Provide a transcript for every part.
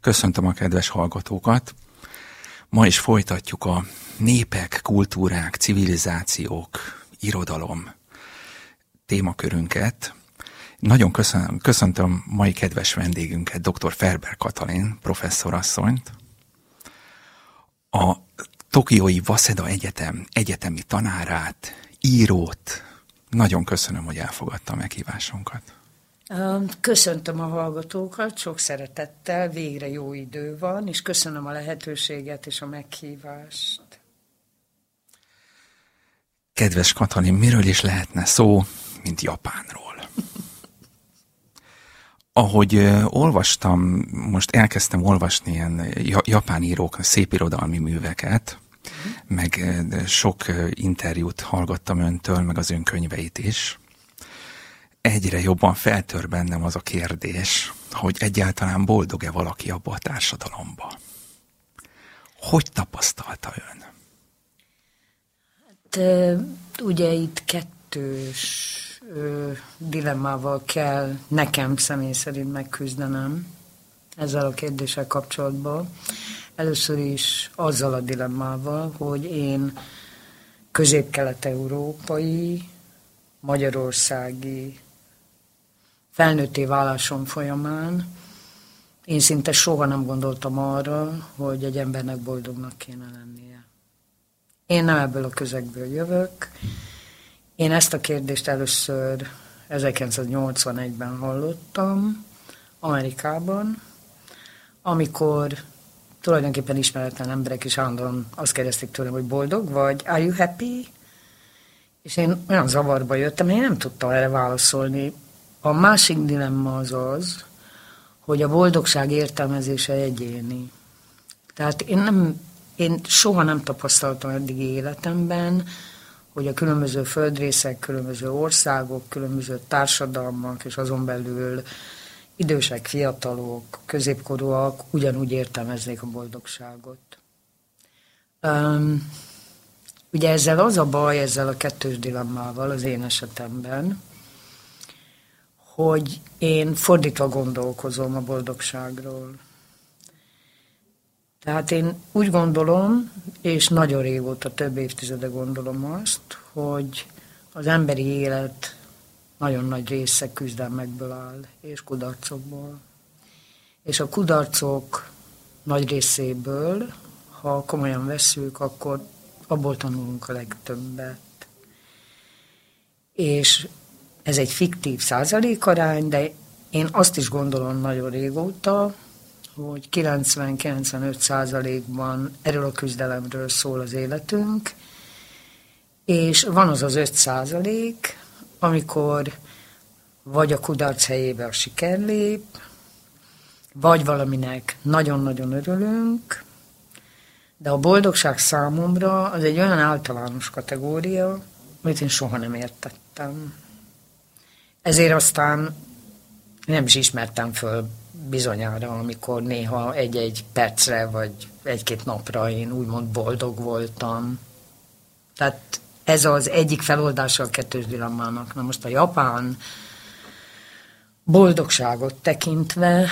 Köszöntöm a kedves hallgatókat. Ma is folytatjuk a népek, kultúrák, civilizációk, irodalom témakörünket. Nagyon köszöntöm mai kedves vendégünket, dr. Ferber Katalin professzorasszonyt, a tokiói Waseda Egyetem egyetemi tanárát, írót. Nagyon köszönöm, hogy elfogadta a meghívásunkat. Köszöntöm a hallgatókat, sok szeretettel, végre jó idő van, és köszönöm a lehetőséget és a meghívást. Kedves Katalin, miről is lehetne szó, mint Japánról? Ahogy olvastam, most elkezdtem olvasni ilyen japán írók szépirodalmi műveket, meg sok interjút hallgattam öntől, meg az ön könyveit is. Egyre jobban feltör bennem az a kérdés, hogy egyáltalán boldog-e valaki abba a társadalomba? Hogy tapasztalta ön? Hát, ugye itt kettős dilemmával kell nekem személy szerint megküzdenem ezzel a kérdéssel kapcsolatban. Először is azzal a dilemmával, hogy én közép-kelet-európai, magyarországi felnőtté válásom folyamán én szinte soha nem gondoltam arra, hogy egy embernek boldognak kéne lennie. Én nem ebből a közegből jövök. Én ezt a kérdést először 1981-ben hallottam Amerikában, amikor tulajdonképpen ismeretlen emberek is állandóan azt kérdezték tőlem, hogy boldog vagy, are you happy? És én olyan zavarba jöttem, én nem tudtam erre válaszolni. A másik dilemma az, hogy a boldogság értelmezése egyéni. Tehát én soha nem tapasztaltam eddigi életemben, hogy a különböző földrészek, különböző országok, különböző társadalmak, és azon belül idősek, fiatalok, középkorúak ugyanúgy értelmeznék a boldogságot. Ugye ezzel az a baj, ezzel a kettős dilemmával az én esetemben, hogy én fordítva gondolkozom a boldogságról. Tehát én úgy gondolom, és nagyon régóta, több évtizede gondolom azt, hogy az emberi élet nagyon nagy része küzdelmekből áll, és kudarcokból. És a kudarcok nagy részéből, ha komolyan vesszük, akkor abból tanulunk a legtöbbet. És ez egy fiktív százalékarány, de én azt is gondolom nagyon régóta, hogy 90-95%-ban erről a küzdelemről szól az életünk, és van az az 5%, amikor vagy a kudarc helyébe a siker lép, vagy valaminek nagyon-nagyon örülünk, de a boldogság számomra az egy olyan általános kategória, amit én soha nem értettem. Ezért aztán nem is ismertem föl bizonyára, amikor néha egy-egy percre, vagy egy-két napra én úgymond boldog voltam. Tehát ez az egyik feloldása a kettős dilemmának. Na most a japán boldogságot tekintve,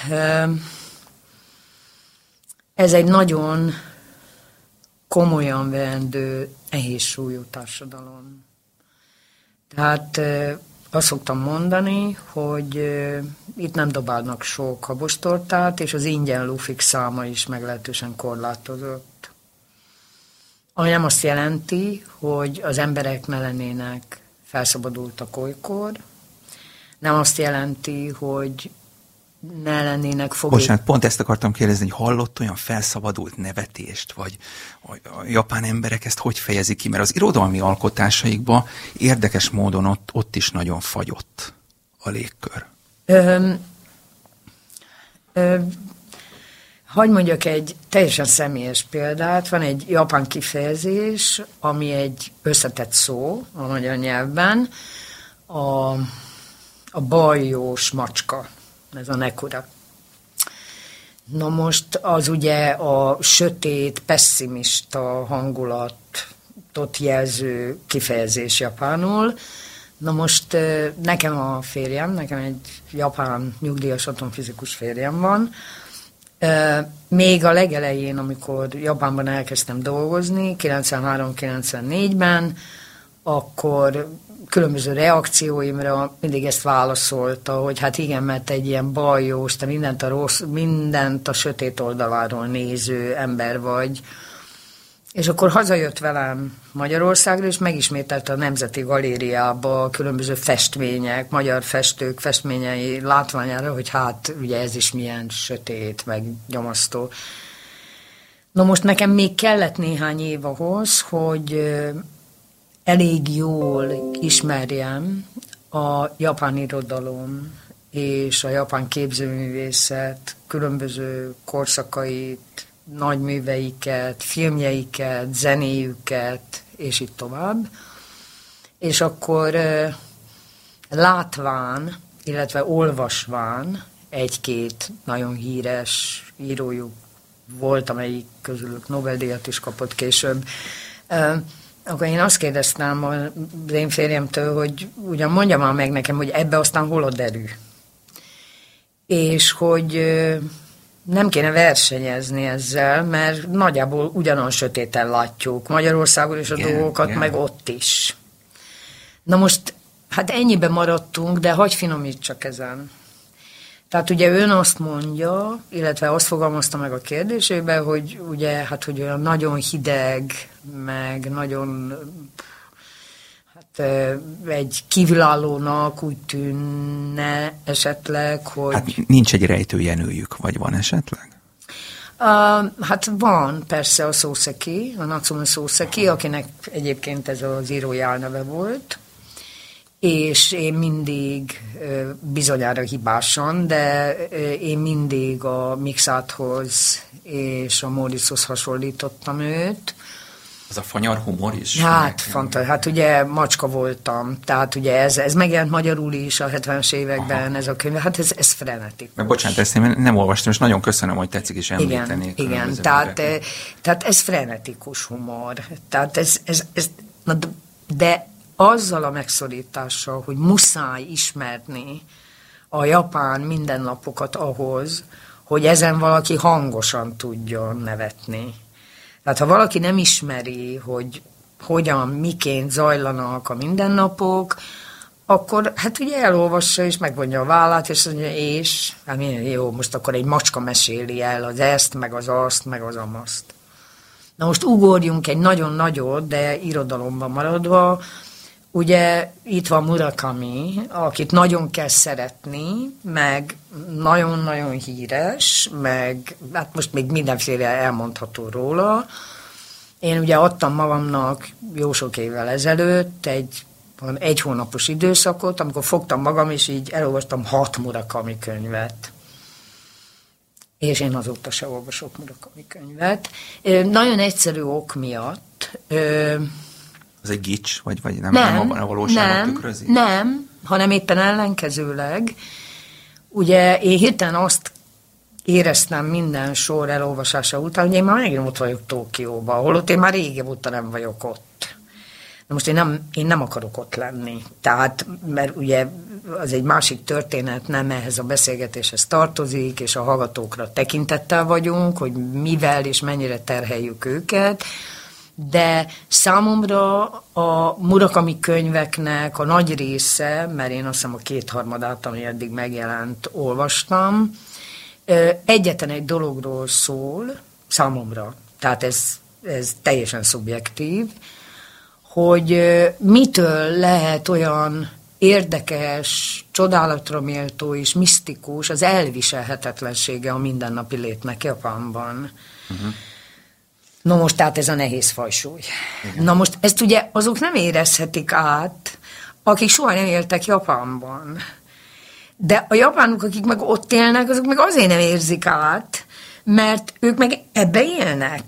ez egy nagyon komolyan veendő, nehéz súlyú társadalom. Tehát azt szoktam mondani, hogy itt nem dobálnak sok habostortát, és az ingyen lufik száma is meglehetősen korlátozott. Ami nem azt jelenti, hogy az emberek ne lennének felszabadultak olykor, nem azt jelenti, hogy ne lennének fogék. Bocsánat, pont ezt akartam kérdezni, hogy hallott olyan felszabadult nevetést, vagy a japán emberek ezt hogy fejezik ki? Mert az irodalmi alkotásaikban érdekes módon ott is nagyon fagyott a légkör. Hagy mondjak egy teljesen személyes példát. Van egy japán kifejezés, ami egy összetett szó a magyar nyelvben, a bajós macska. Ez a nekura. Na most az ugye a sötét, pesszimista hangulatot jelző kifejezés japánul. Na most nekem egy japán nyugdíjas atomfizikus férjem van, Még a legelején, amikor Japánban elkezdtem dolgozni, 93-94-ben, akkor különböző reakcióimra mindig ezt válaszolta, hogy hát igen, mert egy ilyen bajós, te mindent a sötét oldaláról néző ember vagy. És akkor hazajött velem Magyarországra, és megismételte a Nemzeti Galériába különböző festmények, magyar festők festményei látványára, hogy hát ugye ez is milyen sötét, meg nyomasztó. Na most nekem még kellett néhány év ahhoz, hogy elég jól ismerjem a japán irodalom és a japán képzőművészet különböző korszakait, nagyműveiket, filmjeiket, zenéjüket, és így tovább. És akkor látván, illetve olvasván egy-két nagyon híres írójuk volt, amelyik közülük Nobel-díjat is kapott később, akkor én azt kérdeztem az én férjemtől, hogy ugyan mondja már meg nekem, hogy ebbe aztán hol a derű. És hogy nem kéne versenyezni ezzel, mert nagyjából ugyanolyan sötéten látjuk Magyarországon is a dolgokat, igen. Meg ott is. Na most, hát ennyiben maradtunk, de hagyj finomítsak ezen. Tehát ugye ön azt mondja, illetve azt fogalmazta meg a kérdésében, hogy ugye, hát hogy olyan nagyon hideg, meg nagyon, hát egy kívülállónak úgy tűnne esetleg, hogy... Hát nincs egy rejtőjenőjük, vagy van esetleg? Hát van persze a Soseki, a Natsume Soseki, akinek egyébként ez az írói álneve volt, és én mindig, bizonyára hibásan, de én mindig a Mixáthoz és a Moritzhoz hasonlítottam őt. Az a fanyar humor is? Hát ugye macska voltam, tehát ugye ez megjelent magyarul is a 70-es években. Aha. Ez a könyv, hát ez frenetikus. Mert bocsánat, ezt én nem olvastam, és nagyon köszönöm, hogy tetszik is említeni. Igen, tehát ez frenetikus humor. Tehát de azzal a megszorítással, hogy muszáj ismerni a japán mindennapokat ahhoz, hogy ezen valaki hangosan tudjon nevetni. Tehát ha valaki nem ismeri, hogy hogyan, miként zajlanak a mindennapok, akkor hát ugye elolvassa és megvonja a vállát, és mondja, hát jó, most akkor egy macska meséli el az ezt, meg az azt, meg az amazt. Na most ugorjunk egy nagyon nagyot, de irodalomban maradva. Ugye itt van Murakami, akit nagyon kell szeretni, meg nagyon-nagyon híres, meg hát most még mindenféle elmondható róla. Én ugye adtam magamnak jó sok évvel ezelőtt egy hónapos időszakot, amikor fogtam magam, és így elolvastam 6 Murakami könyvet. És én azóta se olvasok Murakami könyvet. Nagyon egyszerű ok miatt... Az egy gics, vagy nem a valóságot tükrözi? Nem, hanem éppen ellenkezőleg. Ugye én hirtelen azt éreztem minden sor elolvasása után, hogy én már megint ott vagyok Tokióban, holott én már régebb óta nem vagyok ott. Na most én nem akarok ott lenni. Tehát, mert ugye az egy másik történet, nem ehhez a beszélgetéshez tartozik, és a hallgatókra tekintettel vagyunk, hogy mivel és mennyire terheljük őket, de számomra a Murakami könyveknek a nagy része, mert én azt hiszem a 2/3, ami eddig megjelent, olvastam, egyetlen egy dologról szól, számomra, tehát ez teljesen szubjektív, hogy mitől lehet olyan érdekes, csodálatra méltó és misztikus az elviselhetetlensége a mindennapi létnek Japánban. Uh-huh. No most, tehát ez a nehéz fajsúly. Igen. Na most ezt ugye azok nem érezhetik át, akik soha nem éltek Japánban. De a japánok, akik meg ott élnek, azok meg azért nem érzik át, mert ők meg ebbe élnek.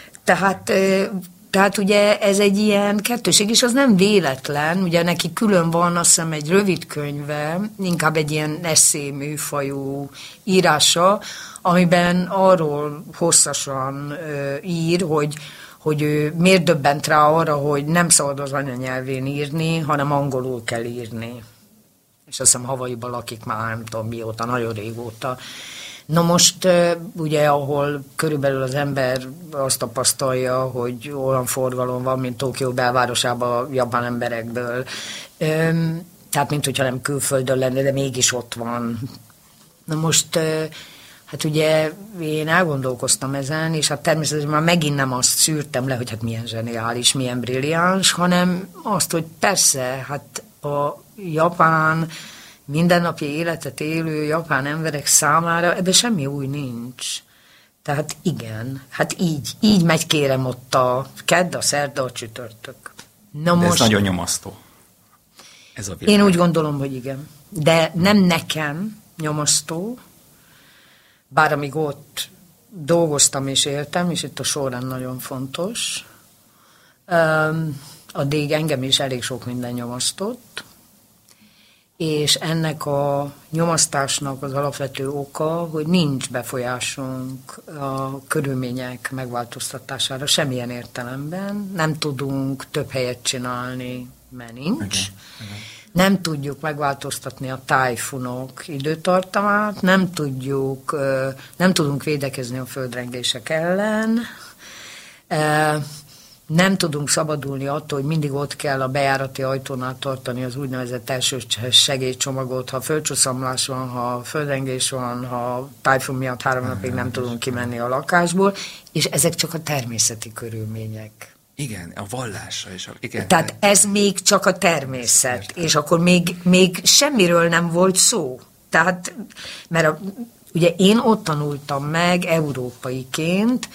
Tehát ugye ez egy ilyen kettőség, és az nem véletlen, ugye neki külön van azt hiszem egy rövid könyve, inkább egy ilyen esszé műfajú írása, amiben arról hosszasan ír, hogy ő miért döbbent rá arra, hogy nem szabad az anyanyelvén írni, hanem angolul kell írni. És azt hiszem Hawaiiban lakik már nem tudom mióta, nagyon régóta. Na most ugye, ahol körülbelül az ember azt tapasztalja, hogy olyan forgalom van, mint Tokió belvárosában japán emberekből, tehát mint hogyha nem külföldön lenne, de mégis ott van. Na most, hát ugye én elgondolkoztam ezen, és hát természetesen már megint nem azt szűrtem le, hogy hát milyen zseniális, milyen brilliáns, hanem azt, hogy persze, hát a japán mindennapi életet élő japán emberek számára ebben semmi új nincs. Tehát igen, hát így megy kérem ott a kedd, a szerda, a csütörtök. Na most, ez nagyon nyomasztó. Ez a én úgy gondolom, hogy igen. De nem nekem nyomasztó, bár amíg ott dolgoztam és éltem, és itt a sorrend nagyon fontos, addig engem is elég sok minden nyomasztott, és ennek a nyomasztásnak az alapvető oka, hogy nincs befolyásunk a körülmények megváltoztatására semmilyen értelemben, nem tudunk több helyet csinálni, mert nincs. Okay. Nem tudjuk megváltoztatni a tájfunok időtartamát, nem tudunk védekezni a földrengések ellen, nem tudunk szabadulni attól, hogy mindig ott kell a bejárati ajtónál tartani az úgynevezett első segélycsomagot, ha földcsúszamlás van, ha földrengés van, ha tájfun miatt 3 napig nem tudunk kimenni a lakásból, és ezek csak a természeti körülmények. Igen, a vallása is. Igen. Tehát ez még csak a természet, és akkor még semmiről nem volt szó. Tehát, mert ugye én ott tanultam meg európaiként,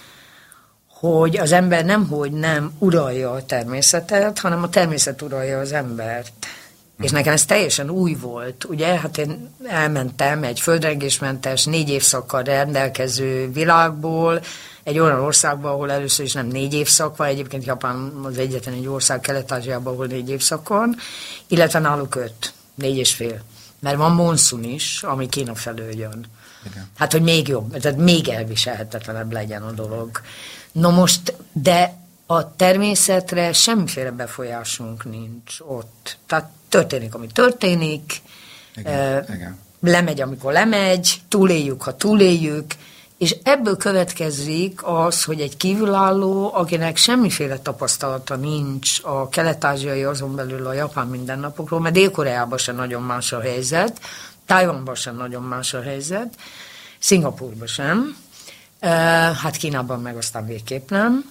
hogy az ember nemhogy nem uralja a természetet, hanem a természet uralja az embert. És nekem ez teljesen új volt, ugye? Hát én elmentem egy földrengésmentes, 4 évszakkal rendelkező világból, egy olyan országban, ahol először is nem 4 évszak van, egyébként Japán az egyetlen egy ország Kelet-Ázsiában, ahol 4 évszak van, illetve náluk 5, 4,5. Mert van monszun is, ami Kína felől jön. Igen. Hát, hogy még jobb, tehát még elviselhetetlenebb legyen a dolog. No most, de a természetre semmiféle befolyásunk nincs ott. Tehát történik, ami történik, igen. Lemegy, amikor lemegy, túléljük, ha túléljük, és ebből következik az, hogy egy kívülálló, akinek semmiféle tapasztalata nincs a kelet-ázsiai, azon belül a japán mindennapokról, mert Dél-Koreában sem nagyon más a helyzet, Tajvanban sem nagyon más a helyzet, Szingapúrban sem, hát Kínában meg aztán végképp nem,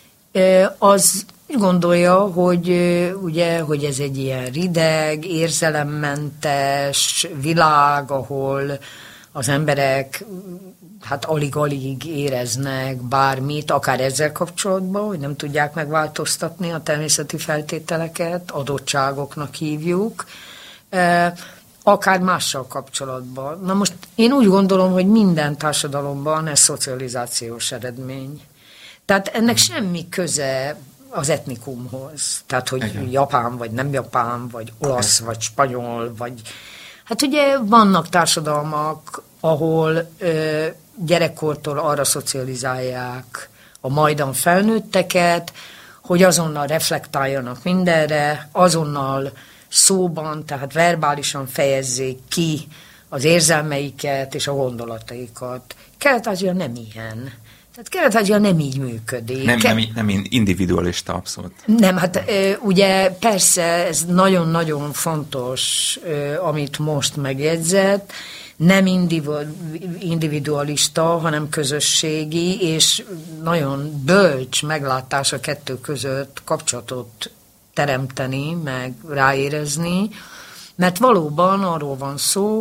az gondolja, hogy ugye, hogy ez egy ilyen rideg, érzelemmentes világ, ahol az emberek hát alig-alig éreznek bármit, akár ezzel kapcsolatban, hogy nem tudják megváltoztatni a természeti feltételeket, adottságoknak hívjuk, akár mással kapcsolatban. Na most én úgy gondolom, hogy minden társadalomban ez szocializációs eredmény. Tehát ennek semmi köze az etnikumhoz. Tehát, hogy igen. Japán, vagy nem japán, vagy olasz, vagy spanyol, vagy... Hát ugye vannak társadalmak, ahol gyerekkortól arra szocializálják a majdan felnőtteket, hogy azonnal reflektáljanak mindenre, azonnal szóban, tehát verbálisan fejezzék ki az érzelmeiket és a gondolataikat. Kelet-Ázsia nem ilyen. Tehát Kelet-Ázsia nem így működik. Nem individualista abszolút. Nem, hát ugye persze ez nagyon-nagyon fontos, amit most megjegyzett, nem individualista, hanem közösségi, és nagyon bölcs meglátás a kettő között kapcsolatot teremteni, meg ráérezni, mert valóban arról van szó,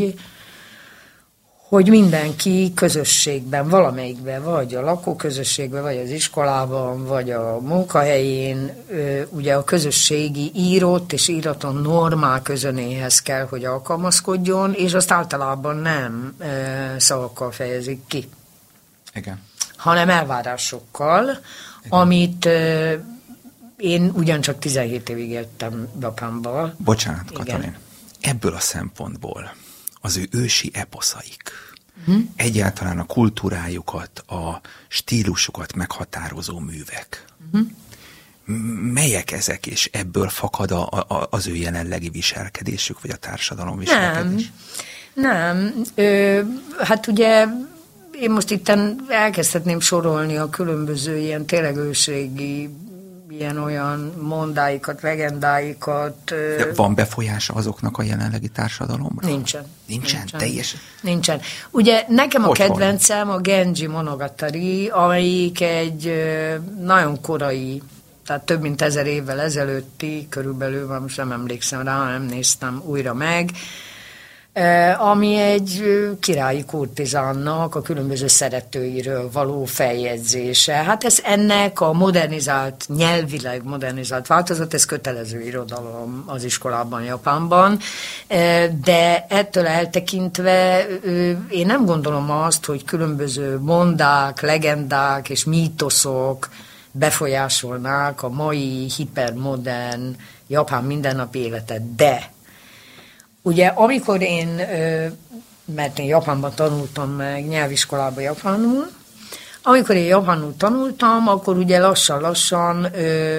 hogy mindenki közösségben, valamelyikben, vagy a lakóközösségben, vagy az iskolában, vagy a munkahelyén, ugye a közösségi írott és íraton normál közönéhez kell, hogy alkalmazkodjon, és azt általában nem szavakkal fejezik ki. Igen. Hanem elvárásokkal, igen. Amit én ugyancsak 17 évig éltem Japánban. Bocsánat, Katalin. Ebből a szempontból az ő ősi eposzaik, egyáltalán a kultúrájukat, a stílusukat meghatározó művek. Melyek ezek, és ebből fakad az ő jelenlegi viselkedésük, vagy a társadalom viselkedés? Nem. Hát ugye én most itt elkezdhetném sorolni a különböző ilyen tényleg ősrégi ilyen-olyan mondáikat, legendáikat. De van befolyása azoknak a jelenlegi társadalomra? Nincsen. Teljesen? Nincsen. Ugye nekem a kedvencem a Genji Monogatari, amelyik egy nagyon korai, tehát több mint 1000 évvel ezelőtti, körülbelül, most nem emlékszem rá, nem néztem újra meg, ami egy királyi kurtizánnak a különböző szeretőiről való feljegyzése. Hát ez ennek a modernizált, nyelvileg modernizált változat, ez kötelező irodalom az iskolában, Japánban, de ettől eltekintve én nem gondolom azt, hogy különböző mondák, legendák és mítoszok befolyásolnák a mai hipermodern japán mindennapi életet, de ugye, amikor mert én Japánban tanultam meg, nyelviskolában japánul, amikor én japánul tanultam, akkor ugye lassan-lassan,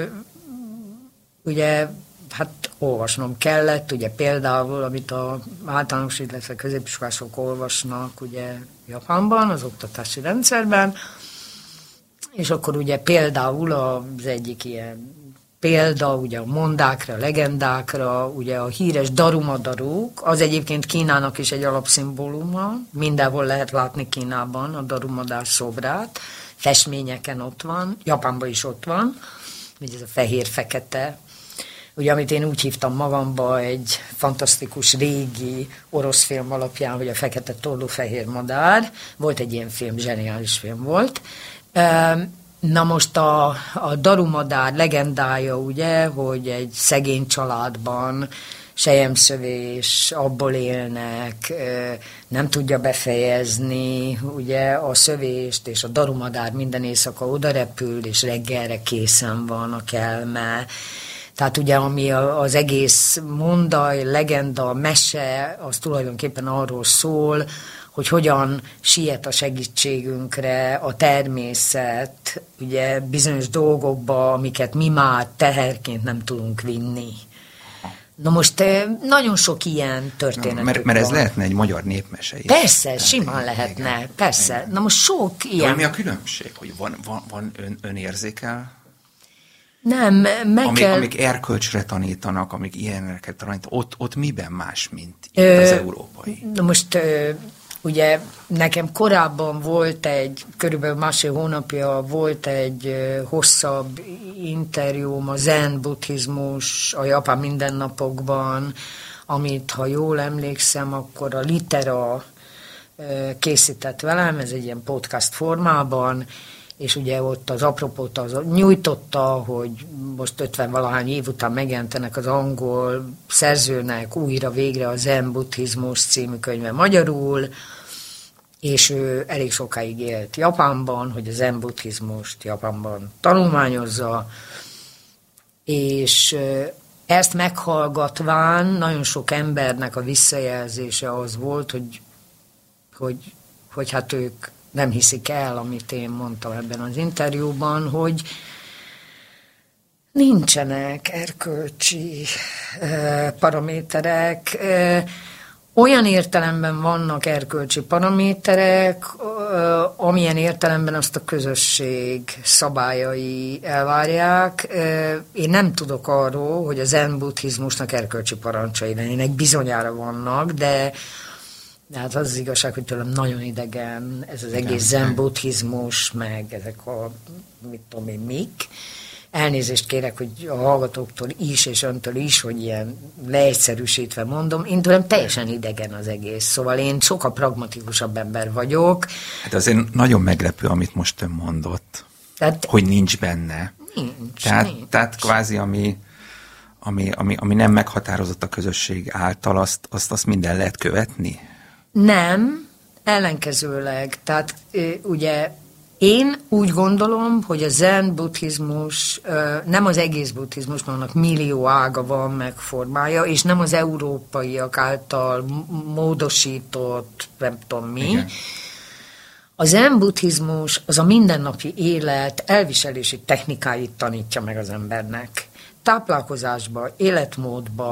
ugye, hát olvasnom kellett, ugye például, amit az általános, illetve középiskolások olvasnak, ugye Japánban, az oktatási rendszerben, és akkor ugye például az egyik ilyen példa, ugye a mondákra, a legendákra, ugye a híres darumadaruk, az egyébként Kínának is egy alapszimbóluma, mindenhol lehet látni Kínában a darumadár szobrát, festményeken ott van, Japánban is ott van, ugye ez a fehér-fekete, ugye amit én úgy hívtam magamba egy fantasztikus régi orosz film alapján, hogy a fekete tollú fehér madár, volt egy ilyen film, zseniális film volt. Na most a darumadár legendája, ugye, hogy egy szegény családban selyemszövés, abból élnek, nem tudja befejezni, ugye, a szövést, és a darumadár minden éjszaka odarepül, és reggelre készen van a kelme. Tehát ugye, ami az egész mondaj, legenda, mese, az tulajdonképpen arról szól, hogy hogyan siet a segítségünkre a természet, ugye bizonyos dolgokba, amiket mi már teherként nem tudunk vinni. Na most nagyon sok ilyen történet. Mert ez lehetne egy magyar népmese is. Persze, simán lehetne, igen, persze. Igen. Na most sok ilyen. De mi a különbség, hogy van önérzékel? Nem, amik erkölcsre tanítanak, amik ilyeneket tanítanak, ott miben más, mint az európai? Na most ugye nekem korábban volt körülbelül másfél hónapja volt egy hosszabb interjúm a zen buddhizmus a japán mindennapokban, amit, ha jól emlékszem, akkor a Litera készített velem, ez egy ilyen podcast formában, és ugye ott az apropót az nyújtotta, hogy most 50-valahány év után megjelentenek az angol szerzőnek újra végre a Zen Buddhizmus című könyve magyarul, és ő elég sokáig élt Japánban, hogy a Zen Buddhizmust Japánban tanulmányozza, és ezt meghallgatván nagyon sok embernek a visszajelzése az volt, hogy hát ők nem hiszik el, amit én mondtam ebben az interjúban, hogy nincsenek erkölcsi paraméterek. Olyan értelemben vannak erkölcsi paraméterek, amilyen értelemben azt a közösség szabályai elvárják. Én nem tudok arról, hogy a zen buddhizmusnak erkölcsi parancsai lennének, bizonyára vannak, de hát az igazság, hogy tőlem nagyon idegen ez az egész zen buddhizmus, meg ezek a mit tudom én mik. Elnézést kérek, hogy a hallgatóktól is, és öntől is, hogy ilyen leegyszerűsítve mondom, én tőlem teljesen idegen az egész. Szóval én sokkal pragmatikusabb ember vagyok. Hát azért nagyon meglepő, amit most ön mondott, hogy nincs benne. Nincs. Tehát kvázi, ami nem meghatározott a közösség által, azt minden lehet követni? Nem, ellenkezőleg. Tehát ugye én úgy gondolom, hogy a zen buddhizmus nem az egész buddhizmus, mert annak millió ága van, meg formája, és nem az európaiak által módosított, nem tudom mi. Igen. A zen buddhizmus az a mindennapi élet elviselési technikáit tanítja meg az embernek. Táplálkozásba, életmódba,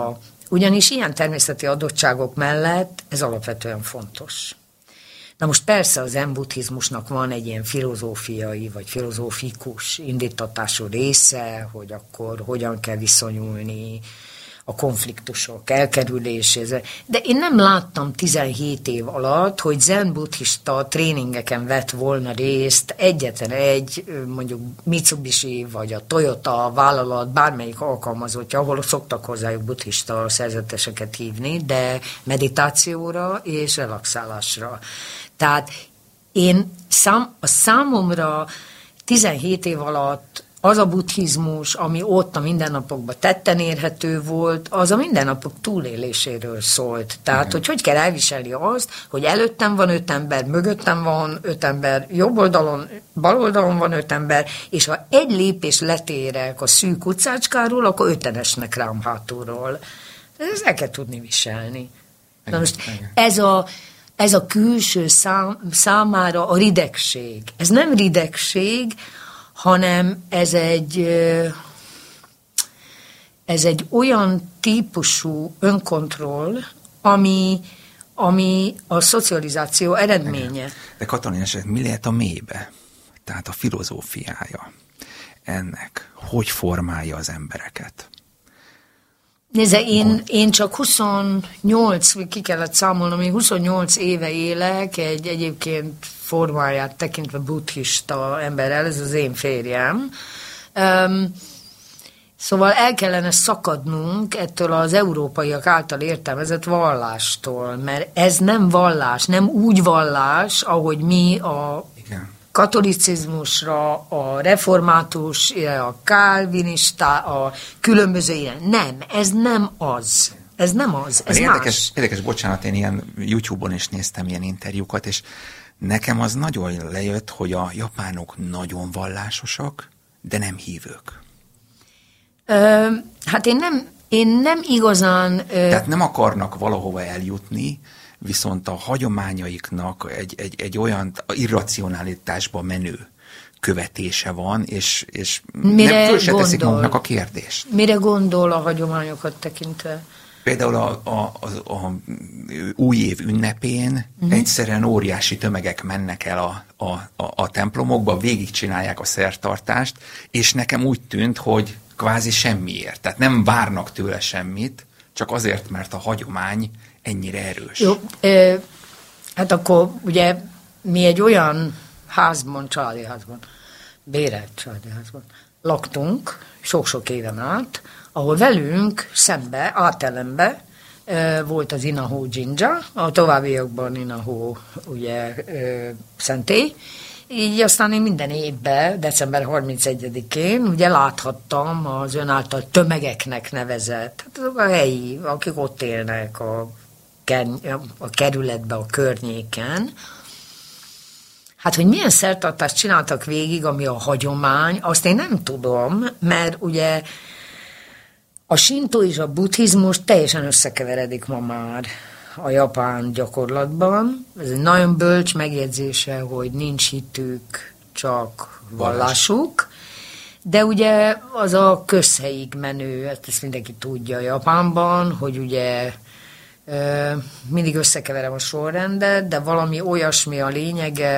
Ugyanis ilyen természeti adottságok mellett ez alapvetően fontos. Na most persze az zen-buddhizmusnak van egy ilyen filozófiai vagy filozófikus indítatású része, hogy akkor hogyan kell viszonyulni a konfliktusok elkerüléséhez. De én nem láttam 17 év alatt, hogy zen-buddhista tréningeken vett volna részt egyetlen egy, mondjuk Mitsubishi vagy a Toyota vállalat bármelyik alkalmazottja, ahol szoktak hozzájuk buddhista szerzeteseket hívni, de meditációra és relaxálásra. Tehát a számomra 17 év alatt az a buddhizmus, ami ott a mindennapokban tetten érhető volt, az a mindennapok túléléséről szólt. Tehát, hogy kell elviselni azt, hogy előttem van 5 ember, mögöttem van 5 ember, jobb oldalon, bal oldalon van 5 ember, és ha egy lépés letérek a szűk utcácskáról, akkor 5-en esnek rám hátulról. Ezt el kell tudni viselni. Na most ez a külső számára a ridegség. Ez nem ridegség, hanem ez egy olyan típusú önkontroll, ami a szocializáció eredménye. De Katalin, mi lehet a mélybe? Tehát a filozófiája ennek. Hogy formálja az embereket? Nézze, én csak 28, ki kellett számolnom, én 28 éve élek egy egyébként formáját tekintve buddhista emberrel, ez az én férjem. Szóval el kellene szakadnunk ettől az európaiak által értelmezett vallástól, mert ez nem vallás, nem úgy vallás, ahogy mi a katolicizmusra, a református, a kálvinista, a különböző ilyen. Nem, ez nem az. Ez nem az, ez érdekes, bocsánat, én ilyen YouTube-on is néztem ilyen interjúkat, és nekem az nagyon lejött, hogy a japánok nagyon vallásosak, de nem hívők. Hát én nem igazán... Tehát nem akarnak valahova eljutni, viszont a hagyományaiknak egy olyan irracionalitásba menő követése van, és nem föl se teszik maguknak a kérdést. Mire gondol a hagyományokat tekintve? Például a új év ünnepén egyszerűen óriási tömegek mennek el a templomokba, végigcsinálják a szertartást, és nekem úgy tűnt, hogy kvázi semmiért. Tehát nem várnak tőle semmit, csak azért, mert a hagyomány ennyire erős. Jó, hát akkor ugye mi egy olyan házban, családi házban, bérelt családi házban laktunk sok-sok éven át, ahol velünk szembe, átelembe volt az Inaho Jinja, a továbbiakban Inaho ugye szentély. Így aztán én minden évben, december 31-én ugye láthattam az ön által tömegeknek nevezett, hát azok a helyi, akik ott élnek a kerületben, a környéken. Hát, hogy milyen szertartást csináltak végig, ami a hagyomány, azt én nem tudom, mert ugye a sintó és a buddhizmus teljesen összekeveredik ma már a japán gyakorlatban. Ez egy nagyon bölcs megjegyzése, hogy nincs hitük, csak vallásuk. De ugye az a közhelyig menő, ezt mindenki tudja Japánban, hogy ugye mindig összekeverem a sorrendet, de valami olyasmi a lényege,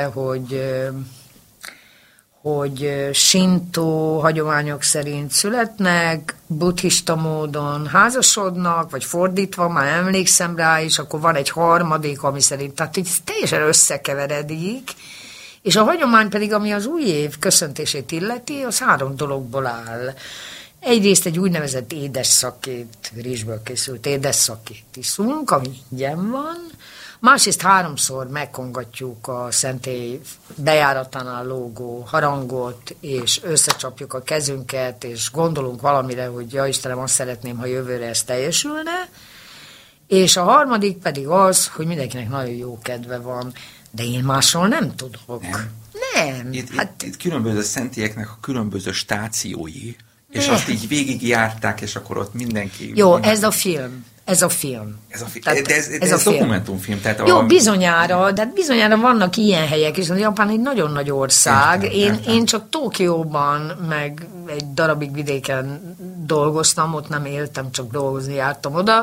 hogy sintó hagyományok szerint születnek, buddhista módon házasodnak, vagy fordítva, már emlékszem rá, és akkor van egy harmadik, ami szerint, tehát így teljesen összekeveredik, és a hagyomány pedig, ami az új év köszöntését illeti, az 3 dologból áll. Egyrészt egy úgynevezett édeszakét, rizsből készült édeszakét iszunk, ami ingyen van. Másrészt 3-szor megkongatjuk a szentély bejáratánál lógó harangot, és összecsapjuk a kezünket, és gondolunk valamire, hogy ja Istenem, azt szeretném, ha jövőre ez teljesülne. És a harmadik pedig az, hogy mindenkinek nagyon jó kedve van, de én másról nem tudok. Nem. Itt különböző szentélyeknek a különböző stációi, és azt így végigjárták, és akkor ott mindenki... Jó, ez a film. Ez a film. De ez dokumentumfilm. Tehát jó, bizonyára, de bizonyára vannak ilyen helyek, és a Japán egy nagyon nagy ország. Értem. Én csak Tokióban, meg egy darabig vidéken dolgoztam, ott nem éltem, csak dolgozni jártam oda.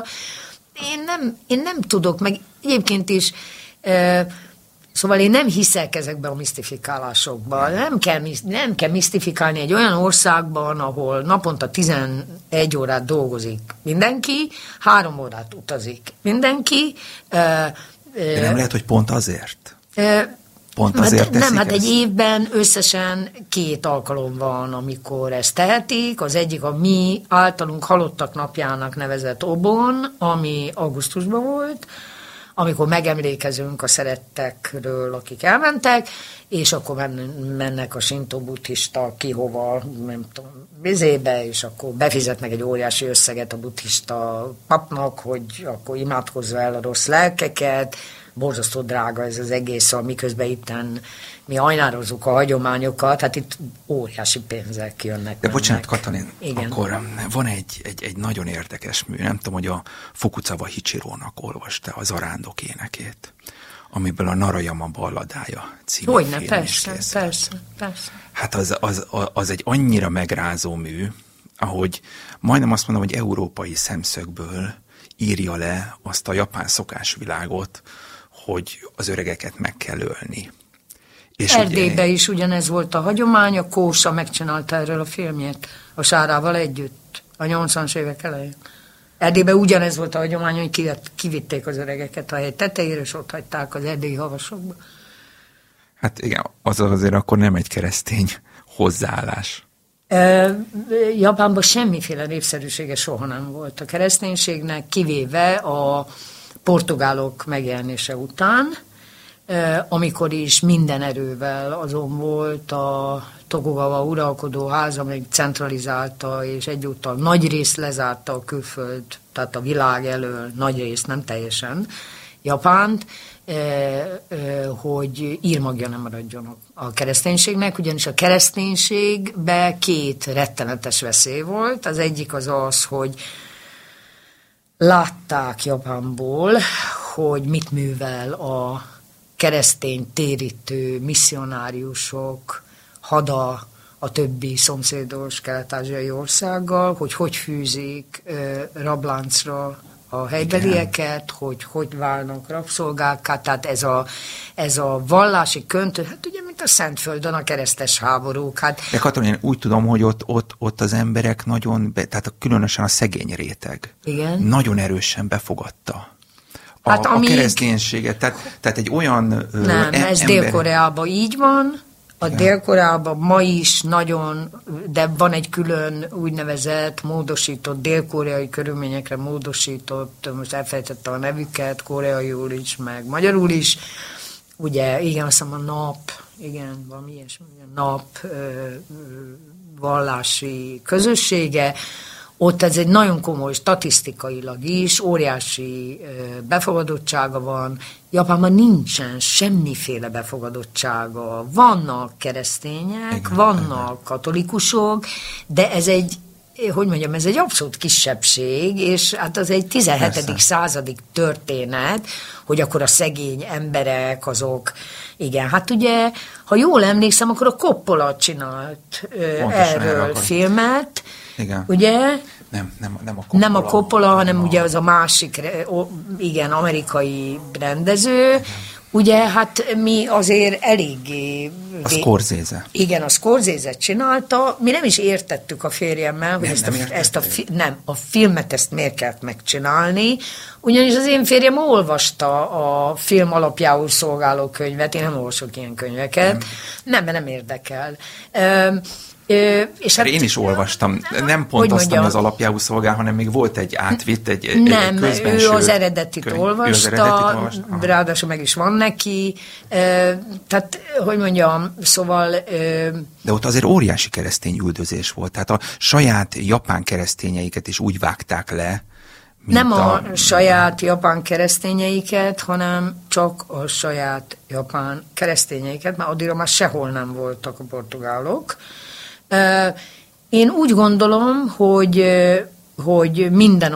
Én nem tudok, meg egyébként is, szóval én nem hiszek ezekben a misztifikálásokban. Nem kell misztifikálni egy olyan országban, ahol naponta 11 órát dolgozik mindenki, 3 órát utazik mindenki. De nem lehet, hogy pont azért? Pont azért teszik nem, hát ezt? egy évben összesen 2 alkalom van, amikor ezt tehetik. Az egyik a mi általunk halottak napjának nevezett Obon, ami augusztusban volt, amikor megemlékezünk a szerettekről, akik elmentek, és akkor mennek a sintó buddhista kihova, nem tudom, vizébe, és akkor befizetnek egy óriási összeget a buddhista papnak, hogy akkor imádkozza el a rossz lelkeket. Borzasztó drága ez az egész, miközben itten mi ajnározzuk a hagyományokat, hát itt óriási pénzek jönnek. De bocsánat, Katalin, igen. Akkor van egy nagyon érdekes mű, nem tudom, hogy a Fukuzawa Hichirónak olvasta a Zarándok énekét, amiből a Narayama balladája című Hogyne, film persze, is persze. Hát az egy annyira megrázó mű, ahogy majdnem azt mondom, hogy európai szemszögből írja le azt a japán szokásvilágot, hogy az öregeket meg kell ölni. Erdélyben is ugyanez volt a hagyomány, a Kósa megcsinálta erről a filmjét a Sárával együtt, a 80-as évek elején. Erdélyben ugyanez volt a hagyomány, hogy kivitték az öregeket a hegy tetejére, és ott hagyták az erdélyi havasokba. Hát igen, az azért akkor nem egy keresztény hozzáállás. Japánban semmiféle népszerűsége soha nem volt a kereszténységnek, kivéve a portugálok megjelenése után, amikor is minden erővel azon volt a Tokugawa uralkodó ház, amely centralizálta, és egyúttal nagy részt lezárta a külföld, tehát a világ elől nagy részt, nem teljesen, Japánt, hogy írmagja nem maradjon a kereszténységnek, ugyanis a kereszténységben 2 rettenetes veszély volt. Az egyik az, hogy látták Japánból, hogy mit művel a keresztény térítő misszionáriusok hada a többi szomszédos kelet-ázsiai országgal, hogy fűzik rabláncra a helybelieket, hogy válnak rabszolgákká, tehát ez a vallási köntő, hát ugye, mint a Szentföldön a keresztes háborúk. Hát. De Katalin, úgy tudom, hogy ott az emberek nagyon, tehát különösen a szegény réteg, igen, nagyon erősen befogadta a kereszténységet, tehát egy olyan nem, ez Dél-Koreában így van, Dél-Koreában ma is nagyon, de van egy külön úgynevezett módosított, dél-koreai körülményekre módosított, most elfelejtettem a nevüket, koreaiul is, meg magyarul is, ugye, igen, azt hiszem a NAP, igen, valami ilyesmi, NAP vallási közössége, ott ez egy nagyon komoly, statisztikailag is, óriási befogadottsága van. Japánban nincsen semmiféle befogadottsága. Vannak keresztények, igen, vannak katolikusok, de ez egy, hogy mondjam, ez egy abszolút kisebbség, és hát az egy 17. Persze. századi történet, hogy akkor a szegény emberek azok, igen, hát ugye, ha jól emlékszem, akkor a Coppola csinált erről filmet, igen. Ugye? Nem a Coppola. Nem a Coppola, hanem ugye az a másik, igen, amerikai rendező. Igen. Ugye, hát mi azért eléggé... A Scorsese. Igen, a Scorsese csinálta. Mi nem is értettük a férjemmel, hogy a filmet ezt miért kellett megcsinálni. Ugyanis az én férjem olvasta a film alapjául szolgáló könyvet. Én nem olvasok ilyen könyveket. Nem érdekel. És hát, én is olvastam, nem pont azt, ami az alapjául szolgál, hanem még volt egy átvitt, egy közbenső... ő az eredetit olvasta, ráadásul meg is van neki, tehát, hogy mondjam, szóval... De ott azért óriási keresztény üldözés volt, tehát a saját japán keresztényeiket is úgy vágták le, nem a saját japán keresztényeiket, hanem csak a saját japán keresztényeiket, mert addigra már sehol nem voltak a portugálok. Én úgy gondolom, hogy minden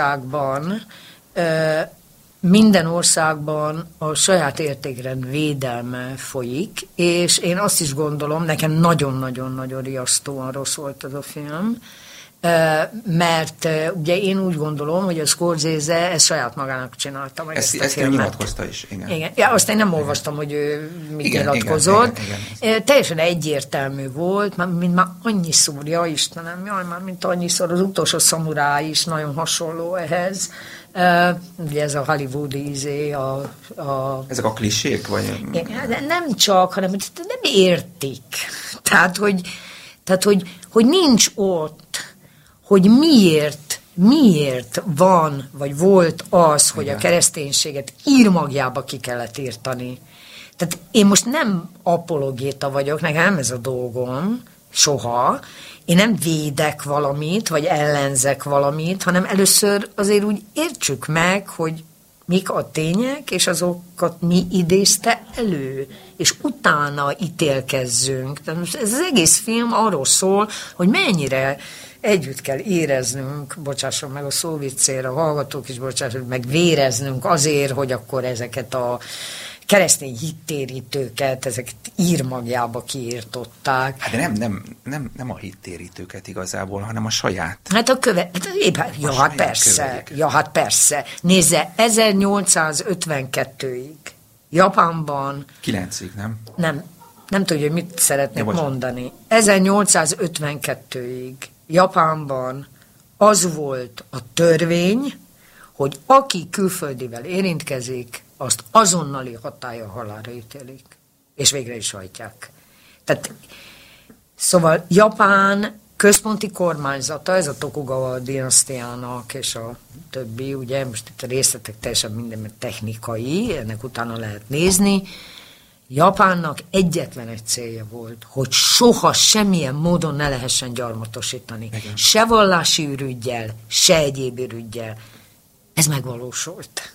országban a saját értékrend védelme folyik, és én azt is gondolom, nekem nagyon-nagyon-nagyon riasztóan rossz volt az a film, Mert ugye én úgy gondolom, hogy a Scorsese ezt saját magának csinálta meg ezt a filmet. Ezt nyilatkozta is, igen. Ja, azt én nem olvastam, hogy ő mit nyilatkozott. Igen. Teljesen egyértelmű volt, mint már annyiszor, ja Istenem, jaj, már mint annyiszor, az utolsó szamuráj is nagyon hasonló ehhez. Ugye ez a hollywoodi ezek a klisék? Vagy? De nem csak, hanem hogy nem értik. Tehát, hogy nincs ott, hogy miért van, vagy volt az, hogy a kereszténységet írmagjába ki kellett írtani. Tehát én most nem apologéta vagyok, nekem ez a dolgom, soha. Én nem védek valamit, vagy ellenzek valamit, hanem először azért úgy értsük meg, hogy mik a tények, és azokat mi idézte elő, és utána ítélkezzünk. Ez az egész film arról szól, hogy mennyire együtt kell éreznünk, bocsásson meg a szóviccére, a hallgatók is bocsásson, meg véreznünk azért, hogy akkor ezeket a keresztény hittérítőket, ezeket írmagjába kiírtották. Hát de nem a hittérítőket igazából, hanem a saját. Hát hát persze. Nézze, 1852-ig Japánban... 9-ig, nem? Nem tudja, hogy mit szeretnék mondani. 1852-ig Japánban az volt a törvény, hogy aki külföldivel érintkezik, azt azonnali hatállyal halálra ítélik, és végre is hajtják. Tehát, szóval Japán központi kormányzata, ez a Tokugawa dinasztiának, és a többi, ugye, most itt a részletek teljesen minden technikai, ennek utána lehet nézni, Japánnak egyetlen egy célja volt, hogy soha semmilyen módon ne lehessen gyarmatosítani. Igen. Se vallási ürüggyel, se egyéb ürüggyel. Ez megvalósult.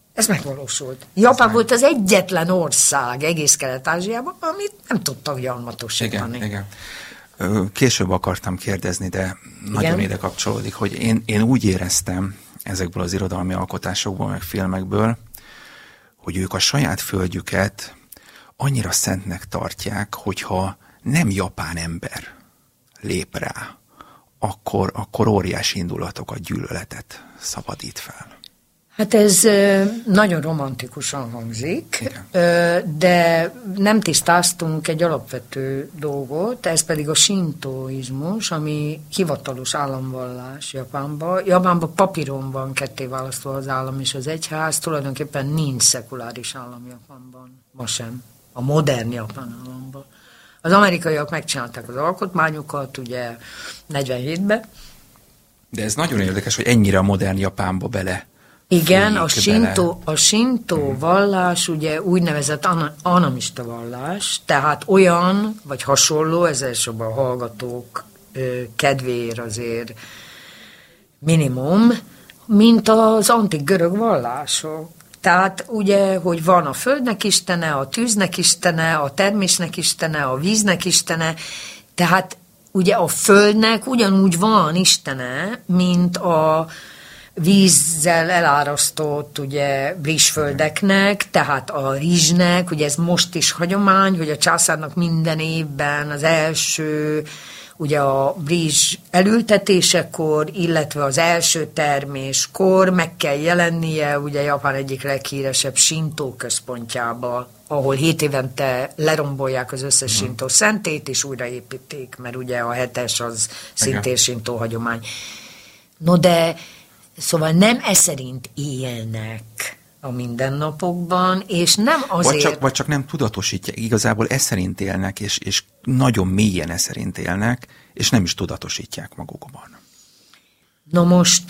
Japán volt az egyetlen ország egész Kelet-Ázsiában, amit nem tudtak gyarmatosítani. Igen. Később akartam kérdezni, de nagyon ide kapcsolódik, hogy én úgy éreztem ezekből az irodalmi alkotásokból, meg filmekből, hogy ők a saját földjüket annyira szentnek tartják, hogyha nem japán ember lép rá, akkor óriási indulatokat, gyűlöletet szabadít fel. Hát ez nagyon romantikusan hangzik, de nem tisztáztunk egy alapvető dolgot, ez pedig a sintoizmus, ami hivatalos államvallás Japánban. Japánban papíron van ketté választva az állam és az egyház, tulajdonképpen nincs szekuláris állam Japánban, ma sem, a modern japán államban. Az amerikaiak megcsinálták az alkotmányukat, ugye 47-ben. De ez nagyon érdekes, hogy ennyire a modern Japánba bele. Igen, a sintó vallás ugye úgynevezett anamista vallás, tehát olyan, vagy hasonló, ez elsősorban a hallgatók kedvéért azért minimum, mint az antik görög vallások. Tehát ugye, hogy van a földnek istene, a tűznek istene, a termésnek istene, a víznek istene, tehát ugye a földnek ugyanúgy van istene, mint a vízzel elárasztott ugye rizsföldeknek, tehát a rizsnek, ugye ez most is hagyomány, hogy a császárnak minden évben az első ugye a rizs elültetésekor, illetve az első terméskor meg kell jelennie ugye Japán egyik leghíresebb sintó központjába, ahol 7 évente lerombolják az összes sintó szentét, és újraépítik, mert ugye a 7-es az szintén sintó hagyomány. No de szóval nem szerint élnek a mindennapokban, és nem azért... Vagy csak nem tudatosítják, igazából szerint élnek, és nagyon mélyen szerint élnek, és nem is tudatosítják magukban. Na most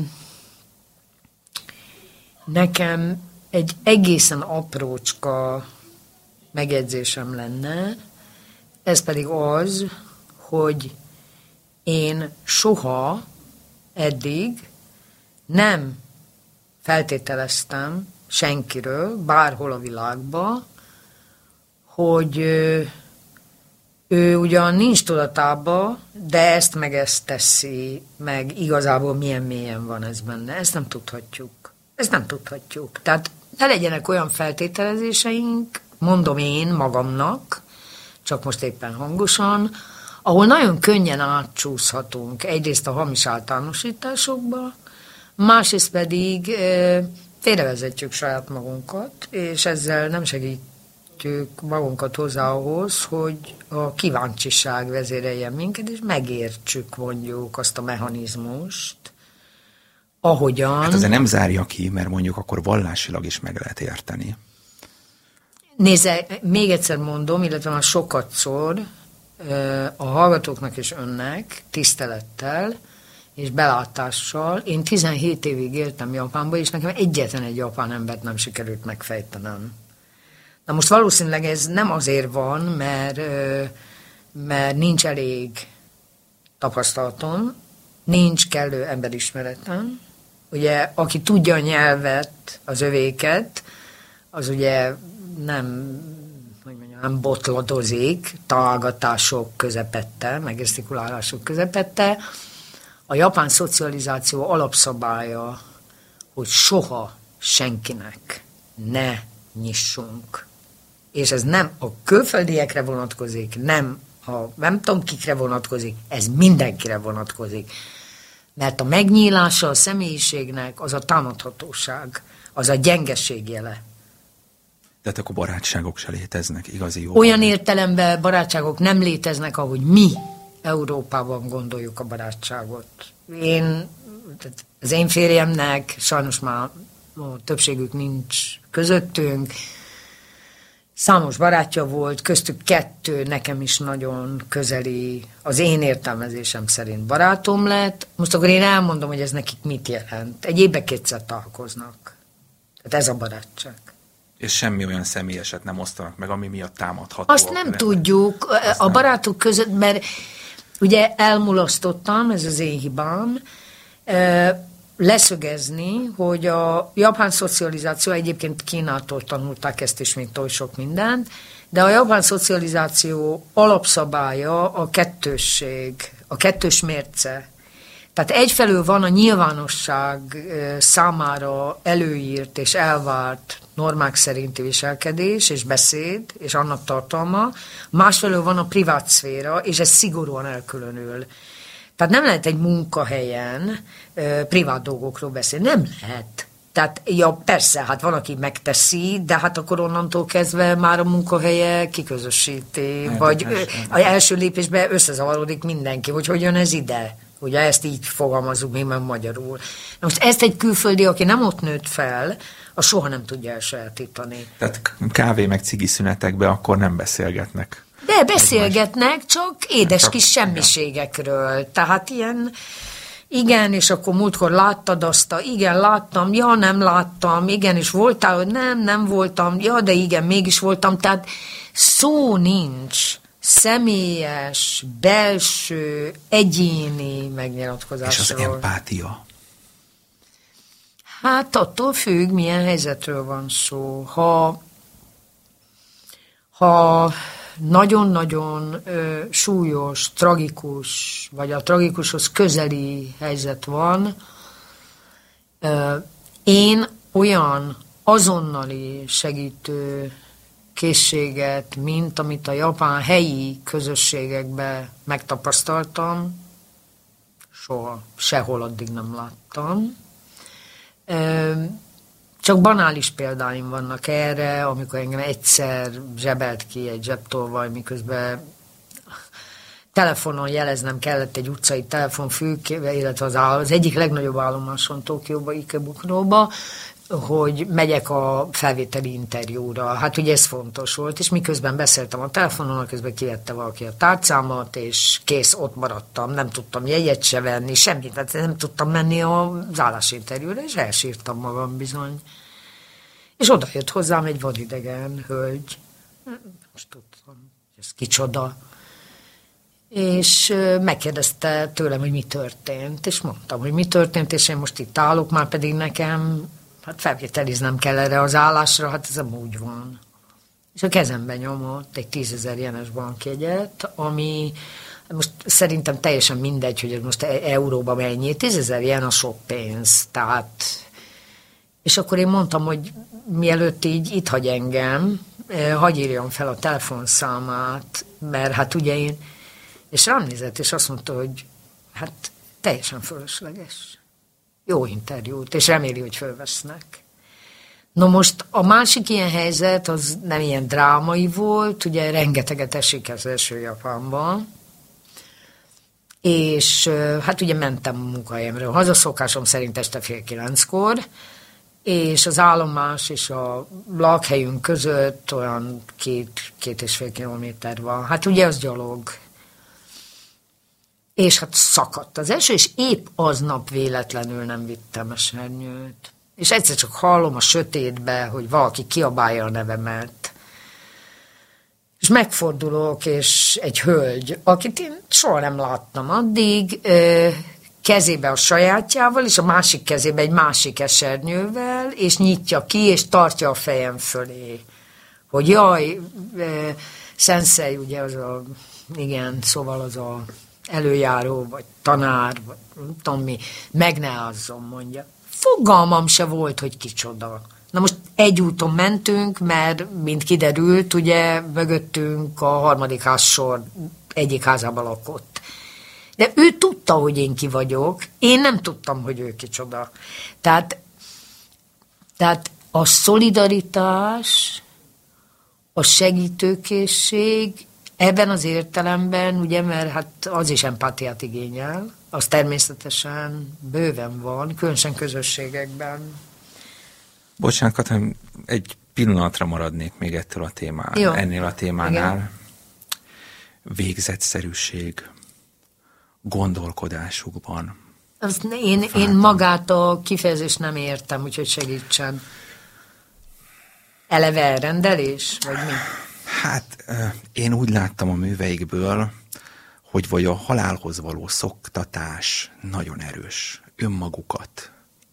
nekem egy egészen aprócska megjegyzésem lenne, ez pedig az, hogy én soha eddig nem feltételeztem senkiről, bárhol a világban, hogy ő ugyan nincs tudatában, de ezt meg ezt teszi, meg igazából milyen mélyen van ez benne. Ezt nem tudhatjuk. Tehát ne legyenek olyan feltételezéseink, mondom én magamnak, csak most éppen hangosan, ahol nagyon könnyen átcsúszhatunk egyrészt a hamis általánosításokba, másrészt pedig félrevezetjük saját magunkat, és ezzel nem segítjük magunkat hozzá ahhoz, hogy a kíváncsiság vezéreljen minket, és megértsük mondjuk azt a mechanizmust, ahogyan... Hát ezzel nem zárja ki, mert mondjuk akkor vallásilag is meg lehet érteni. Nézze, még egyszer mondom, illetve már sokatszor a hallgatóknak és önnek tisztelettel és belátással. Én 17 évig éltem Japánba, és nekem egyetlen egy japán embert nem sikerült megfejtenem. Na most valószínűleg ez nem azért van, mert nincs elég tapasztalatom, nincs kellő emberismeretem. Ugye, aki tudja a nyelvet, az övéket, az ugye nem botladozik találgatások közepette, meg gesztikulálások közepette. A japán szocializáció alapszabálya, hogy soha senkinek ne nyissunk. És ez nem a külföldiekre vonatkozik, nem tudom kikre vonatkozik, ez mindenkire vonatkozik. Mert a megnyílása a személyiségnek az a támadhatóság, az a gyengeség jele. Tehát akkor barátságok se léteznek, igazi jó. Olyan értelemben barátságok nem léteznek, ahogy mi Európában gondoljuk a barátságot. Az én férjemnek, sajnos már a többségük nincs közöttünk, számos barátja volt, köztük 2 nekem is nagyon közeli, az én értelmezésem szerint barátom lett. Most akkor én elmondom, hogy ez nekik mit jelent. Egy évben 2-szer találkoznak. Tehát ez a barátság. És semmi olyan személyeset nem osztanak meg, ami miatt támadható. Azt nem tudjuk a barátok között, mert ugye elmulasztottam, ez az én hibám, leszögezni, hogy a japán szocializáció, egyébként Kínától tanulták ezt is, mint oly sok mindent, de a japán szocializáció alapszabálya a kettősség, a kettős mérce. Tehát egyfelől van a nyilvánosság számára előírt és elvárt normák szerinti viselkedés és beszéd, és annak tartalma, másfelől van a privát szféra, és ez szigorúan elkülönül. Tehát nem lehet egy munkahelyen privát dolgokról beszélni. Nem lehet. Tehát, ja, persze, hát van, aki megteszi, de hát akkor onnantól kezdve már a munkahelye kiközösíti, vagy az első lépésben összezavarodik mindenki, hogy hogyan ez ide. Ugye ezt így fogalmazunk mi meg magyarul. Na most ezt egy külföldi, aki nem ott nőtt fel, az soha nem tudja elsajátítani. Tehát kávé meg cigi szünetekben akkor nem beszélgetnek. De beszélgetnek, csak édes kis semmiségekről. Tehát ilyen, igen, és akkor múltkor láttad azt, igen, láttam, ja, nem láttam, igen, és voltál, hogy nem voltam, ja, de igen, mégis voltam. Tehát szó nincs személyes, belső, egyéni megnyilatkozásról. És az empátia? Hát attól függ, milyen helyzetről van szó. Ha nagyon-nagyon súlyos, tragikus, vagy a tragikushoz közeli helyzet van, én olyan azonnali segítő készséget, mint amit a japán helyi közösségekben megtapasztaltam, soha, sehol addig nem láttam. Csak banális példáim vannak erre, amikor engem egyszer zsebelt ki egy zsebtolvaj, miközben telefonon jeleznem kellett egy utcai telefonfülkével, illetve az egyik legnagyobb állomáson Tokióba, Ikebukróba, hogy megyek a felvételi interjúra. Hát ugye ez fontos volt, és miközben beszéltem a telefonon, közben kivette valaki a tárcámat, és kész, ott maradtam, nem tudtam jegyet se venni, semmit, tehát nem tudtam menni az állásinterjúra, és elsírtam magam bizony. És oda jött hozzám egy vadidegen hölgy, most tudtam, ez kicsoda, és megkérdezte tőlem, hogy mi történt, és mondtam, hogy mi történt, és én most itt állok, már pedig nekem hát felvételiznem kell erre az állásra, hát ez amúgy van. És a kezembe nyomott egy 10 000 jenes bankjegyet, ami most szerintem teljesen mindegy, hogy ez most euróba mennyi, 10 000 jen a sok pénz, tehát... És akkor én mondtam, hogy mielőtt így itt hagy engem, hagy írjam fel a telefonszámát, mert hát ugye én És rám nézett, és azt mondta, hogy hát teljesen fölösleges. Jó interjút, és reméli, hogy fölvesznek. No most a másik ilyen helyzet, az nem ilyen drámai volt, ugye rengeteget esik az eső Japánban, és hát ugye mentem a munkahelyemről. Hazaszokásom szerint este 8:30, és az állomás és a lakhelyünk között olyan 2,5 kilométer van. Hát ugye az gyalog. És hát szakadt az eső, és épp aznap véletlenül nem vittem esernyőt. És egyszer csak hallom a sötétbe, hogy valaki kiabálja a nevemet. És megfordulok, és egy hölgy, akit én soha nem láttam addig, kezébe a sajátjával, és a másik kezébe egy másik esernyővel, és nyitja ki, és tartja a fejem fölé. Hogy jaj, szenszei, ugye az a, igen, szóval az a előjáró, vagy tanár, vagy nem tudom mi, meg ne azzon, mondja. Fogalmam se volt, hogy kicsoda. Na most egy úton mentünk, mert, mint kiderült, ugye mögöttünk a harmadik házsor egyik házában lakott. De ő tudta, hogy én ki vagyok, én nem tudtam, hogy ő kicsoda. Tehát a szolidaritás, a segítőkészség ebben az értelemben, ugye, mert hát az is empátiát igényel, az természetesen bőven van, különösen közösségekben. Bocsánat, Katalin, egy pillanatra maradnék még ettől a témánál, ennél a témánál. Igen. Végzetszerűség, gondolkodásukban. Én magát a kifejezést nem értem, úgyhogy segítsen. Eleve elrendelés, vagy mi? Hát én úgy láttam a műveikből, hogy vagy a halálhoz való szoktatás nagyon erős, önmagukat.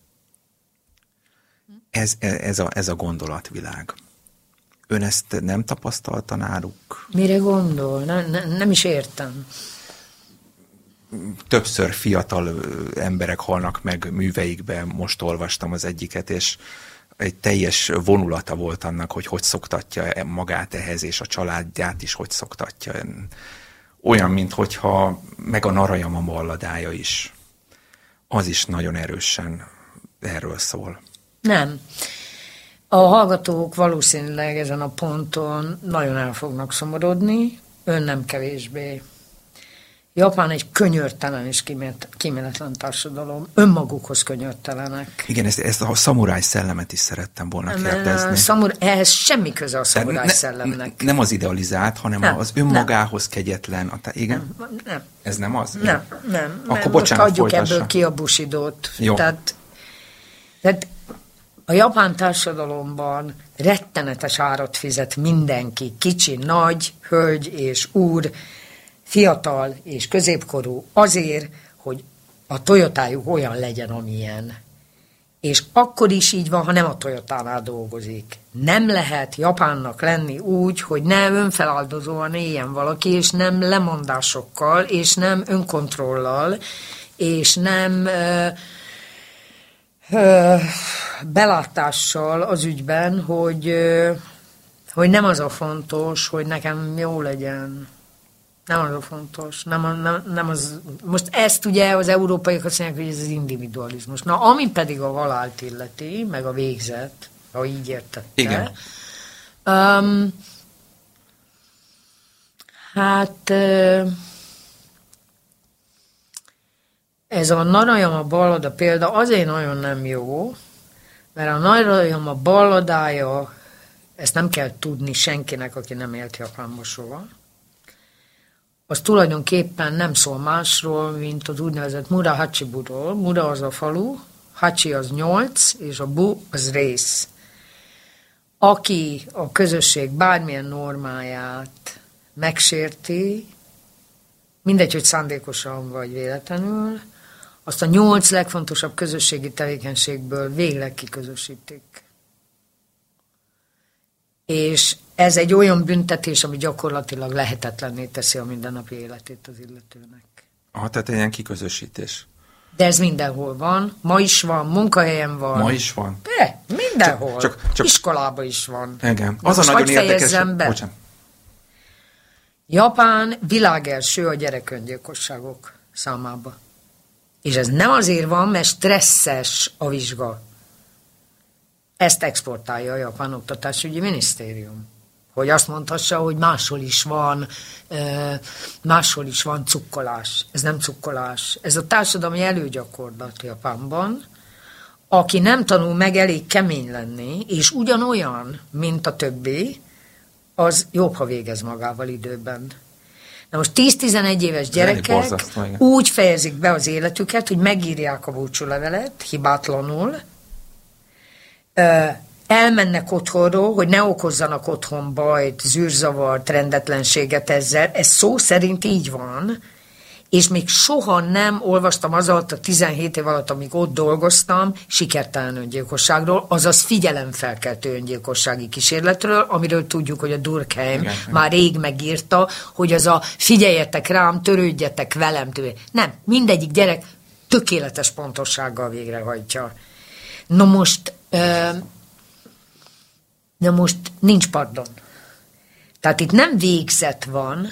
Ez a gondolatvilág. Ön ezt nem tapasztalta náluk? Mire gondol? Nem is értem. Többször fiatal emberek halnak meg műveikben, most olvastam az egyiket, és egy teljes vonulata volt annak, hogy szoktatja magát ehhez, és a családját is hogy szoktatja. Olyan, minthogyha meg a Narayama balladája is. Az is nagyon erősen erről szól. Nem. A hallgatók valószínűleg ezen a ponton nagyon el fognak szomorodni, ön nem kevésbé. Japán egy könyörtelen és kíméletlen társadalom. Önmagukhoz könyörtelenek. Igen, ezt a szamuráj szellemet is szerettem volna kérdezni. Ehhez semmi köze a szamuráj szellemnek. Nem az idealizált, hanem az önmagához kegyetlen. Igen? Nem. Ez nem az? Nem. Akkor bocsánat, adjuk folytassa. Ebből ki a busidót. Jó. Tehát a japán társadalomban rettenetes árat fizet mindenki, kicsi, nagy, hölgy és úr, fiatal és középkorú azért, hogy a Toyotájuk olyan legyen, amilyen. És akkor is így van, ha nem a Toyotánál dolgozik. Nem lehet Japánnak lenni úgy, hogy ne önfeláldozóan éljen valaki, és nem lemondásokkal, és nem önkontrollal, és nem belátással az ügyben, hogy nem az a fontos, hogy nekem jó legyen. Nem az a fontos. Nem az. Most ezt ugye az európaiak azt mondják, hogy ez az individualizmus. Na, ami pedig a halált illeti, meg a végzet, ha így értette. Igen. Hát ez a Narayama ballada példa azért nagyon nem jó, mert a Narayama balladája, ezt nem kell tudni senkinek, aki nem élt Japánba soha, az tulajdonképpen nem szól másról, mint az úgynevezett Mura Hachiburól. Mura az a falu, Hachi az 8, és a Bu az rész. Aki a közösség bármilyen normáját megsérti, mindegy, hogy szándékosan vagy véletlenül, azt a 8 legfontosabb közösségi tevékenységből végleg kiközösítik. És ez egy olyan büntetés, ami gyakorlatilag lehetetlenné teszi a mindennapi életét az illetőnek. Tehát egy ilyen kiközösítés. De ez mindenhol van. Ma is van, munkahelyen van. Ma is van? Mindenhol. Csak iskolában is van. Igen. Az a nagyon érdekes... Bocsánat. Japán világelső a gyereköngyilkosságok számában. És ez nem azért van, mert stresszes a vizsga. Ezt exportálja a Japán Oktatásügyi Minisztérium. Hogy azt mondhassa, hogy máshol is van cukkolás. Ez nem cukkolás. Ez a társadalmi előgyakorlat Japánban. Aki nem tanul meg elég kemény lenni, és ugyanolyan, mint a többi, az jobb, ha végez magával időben. Na most 10-11 éves gyerekek úgy fejezik be az életüket, hogy megírják a búcsúlevelet, hibátlanul, elmennek otthonról, hogy ne okozzanak otthon bajt, zűrzavart, rendetlenséget ezzel. Ez szó szerint így van, és még soha nem olvastam az alatt a 17 év alatt, amíg ott dolgoztam, sikertelen öngyilkosságról, azaz figyelemfelkeltő öngyilkossági kísérletről, amiről tudjuk, hogy a Durkheim már rég megírta, hogy az a figyeljetek rám, törődjetek velem. Nem, mindegyik gyerek tökéletes pontossággal végrehajtja. Na most nincs pardon. Tehát itt nem végzet van,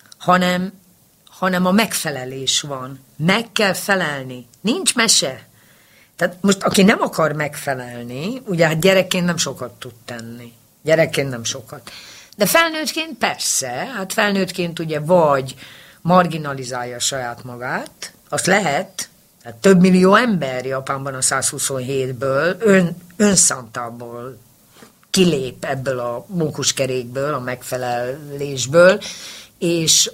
hanem a megfelelés van. Meg kell felelni. Nincs mese. Tehát most, aki nem akar megfelelni, ugye hát gyerekként nem sokat tud tenni. Gyerekként nem sokat. De felnőttként persze, hát felnőttként ugye vagy marginalizálja saját magát, azt lehet, tehát több millió ember Japánban a 127-ből önszántából kilép ebből a mókuskerékből, a megfelelésből, és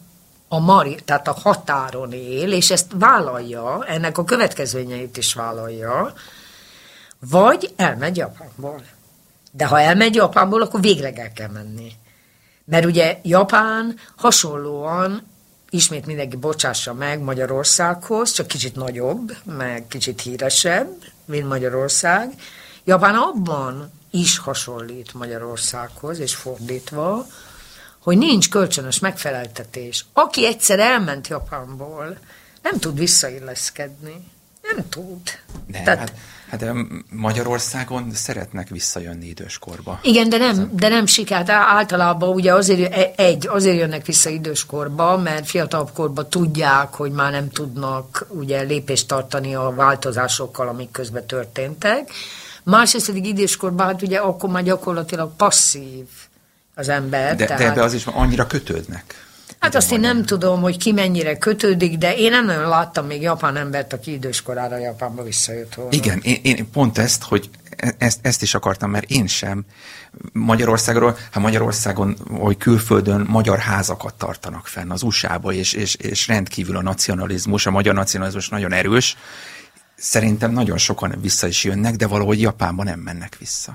tehát a határon él, és ezt vállalja, ennek a következményeit is vállalja, vagy elmegy Japánból. De ha elmegy Japánból, akkor végleg el kell menni. Mert ugye Japán hasonlóan, ismét mindenki bocsássa meg Magyarországhoz, csak kicsit nagyobb, meg kicsit híresebb, mint Magyarország. Japán abban is hasonlít Magyarországhoz, és fordítva, hogy nincs kölcsönös megfeleltetés. Aki egyszer elment Japánból, nem tud visszailleszkedni. Nem tud. Hát Magyarországon szeretnek visszajönni időskorba. Igen, de nem sikert. Általában ugye azért jönnek vissza időskorba, mert fiatalabb korban tudják, hogy már nem tudnak ugye lépést tartani a változásokkal, amik közben történtek. Másrészt pedig időskorban, hát ugye akkor már gyakorlatilag passzív az ember. De ebbe az is annyira kötődnek. Hát azt én nem tudom, hogy ki mennyire kötődik, de én nem nagyon láttam még japán embert, aki időskorára Japánba visszajött volna. Igen, én pont hogy ezt is akartam, mert én sem Magyarországon, vagy külföldön magyar házakat tartanak fenn az USA-ba, és rendkívül a nacionalizmus, a magyar nacionalizmus nagyon erős. Szerintem nagyon sokan vissza is jönnek, de valahogy Japánban nem mennek vissza.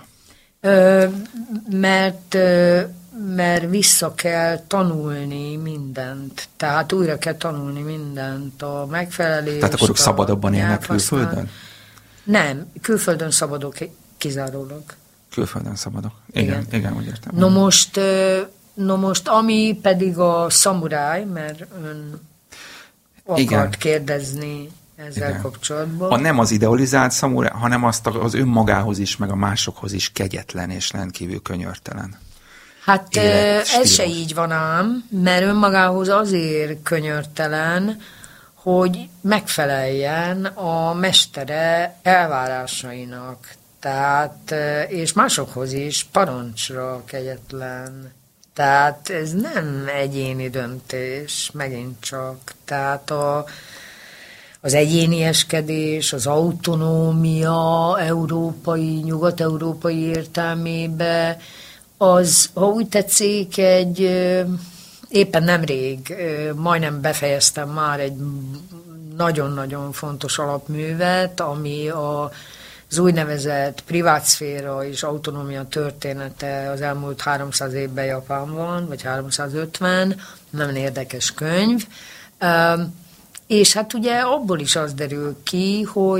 Mert vissza kell tanulni mindent. Tehát újra kell tanulni mindent. A megfelelést. Tehát akkor szabadabban élnek külföldön? Nem, külföldön szabadok kizárólag. Külföldön szabadok. Igen, úgy értem. No most, ami pedig a szamuráj, mert ön akart kérdezni ezzel kapcsolatban. Nem az idealizált szamuráj, hanem azt az önmagához is, meg a másokhoz is kegyetlen és rendkívül könyörtelen. Hát ez se így van ám, mert önmagához azért könyörtelen, hogy megfeleljen a mestere elvárásainak. Tehát, és másokhoz is parancsra kegyetlen. Tehát ez nem egyéni döntés, megint csak. Tehát az egyénieskedés, az autonómia nyugat-európai értelmébe, az, ha úgy tetszik, éppen nemrég, majdnem befejeztem már egy nagyon-nagyon fontos alapművet, ami az úgynevezett privátszféra és autonómia története az elmúlt 300 évben Japánban, vagy 350, nagyon érdekes könyv. És hát ugye abból is az derül ki,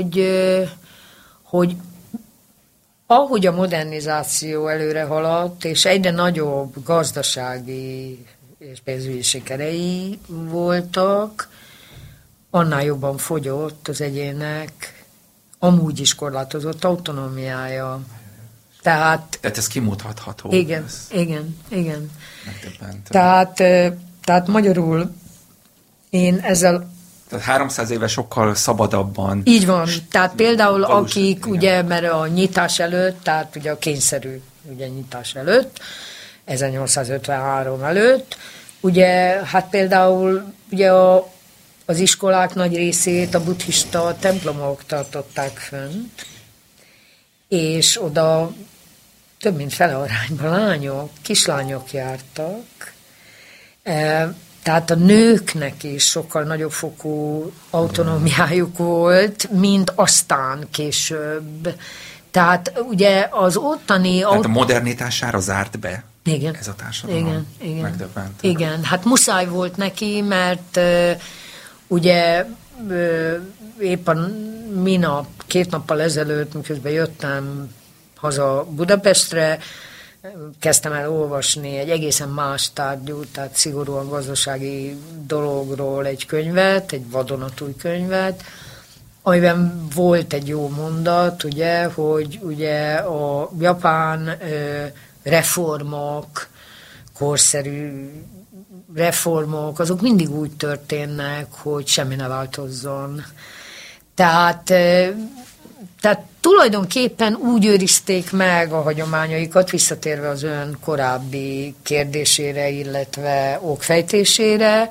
hogy ahogy a modernizáció előre haladt, és egyre nagyobb gazdasági és pénzügyi sikerei voltak, annál jobban fogyott az egyének amúgy is korlátozott autonómiája. Tehát ez kimutatható. Igen, ez igen. Megdöbbentő. Tehát magyarul én ezzel... Tehát 300 éve sokkal szabadabban. Így van. Tehát például akik igen. ugye, mert a nyitás előtt, tehát ugye a kényszerű ugye nyitás előtt, 1853 előtt, ugye hát például ugye az iskolák nagy részét a buddhista templomok tartották fönt, és oda több mint fele arányban lányok, kislányok jártak, tehát a nőknek is sokkal nagyobb fokú autonómiájuk volt, mint aztán később. Tehát ugye az ottani... Tehát a modernitására zárt be igen. ez a társadalom. Igen. Megdöbbentő. Igen, hát muszáj volt neki, mert ugye éppen minap, 2 nappal ezelőtt, miközben jöttem haza Budapestre, kezdtem el olvasni egy egészen más tárgyú, tehát szigorúan gazdasági dologról egy könyvet, egy vadonatúj könyvet, amiben volt egy jó mondat, ugye, hogy ugye a japán reformok, korszerű reformok, azok mindig úgy történnek, hogy semmi ne változzon. Tehát tulajdonképpen úgy őrizték meg a hagyományaikat, visszatérve az ön korábbi kérdésére, illetve okfejtésére,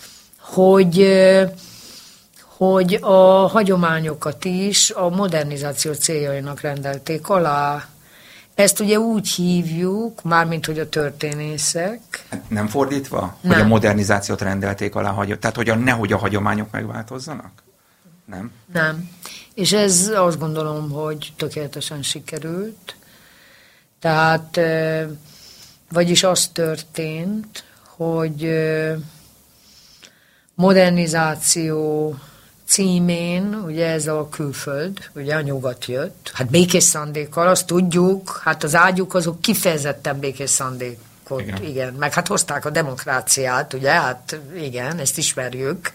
hogy a hagyományokat is a modernizáció céljainak rendelték alá. Ezt ugye úgy hívjuk, mármint hogy a történészek. Nem fordítva? Nem. Hogy a modernizációt rendelték alá, tehát hogy nehogy a hagyományok megváltozzanak? Nem? Nem. És ez azt gondolom, hogy tökéletesen sikerült. Tehát, vagyis az történt, hogy modernizáció címén, ugye ez a külföld, ugye a nyugat jött, hát békés szándékkal, azt tudjuk, hát az ágyuk azok kifejezetten békés szándékot, igen, meg hát hozták a demokráciát, ugye, hát igen, ezt ismerjük.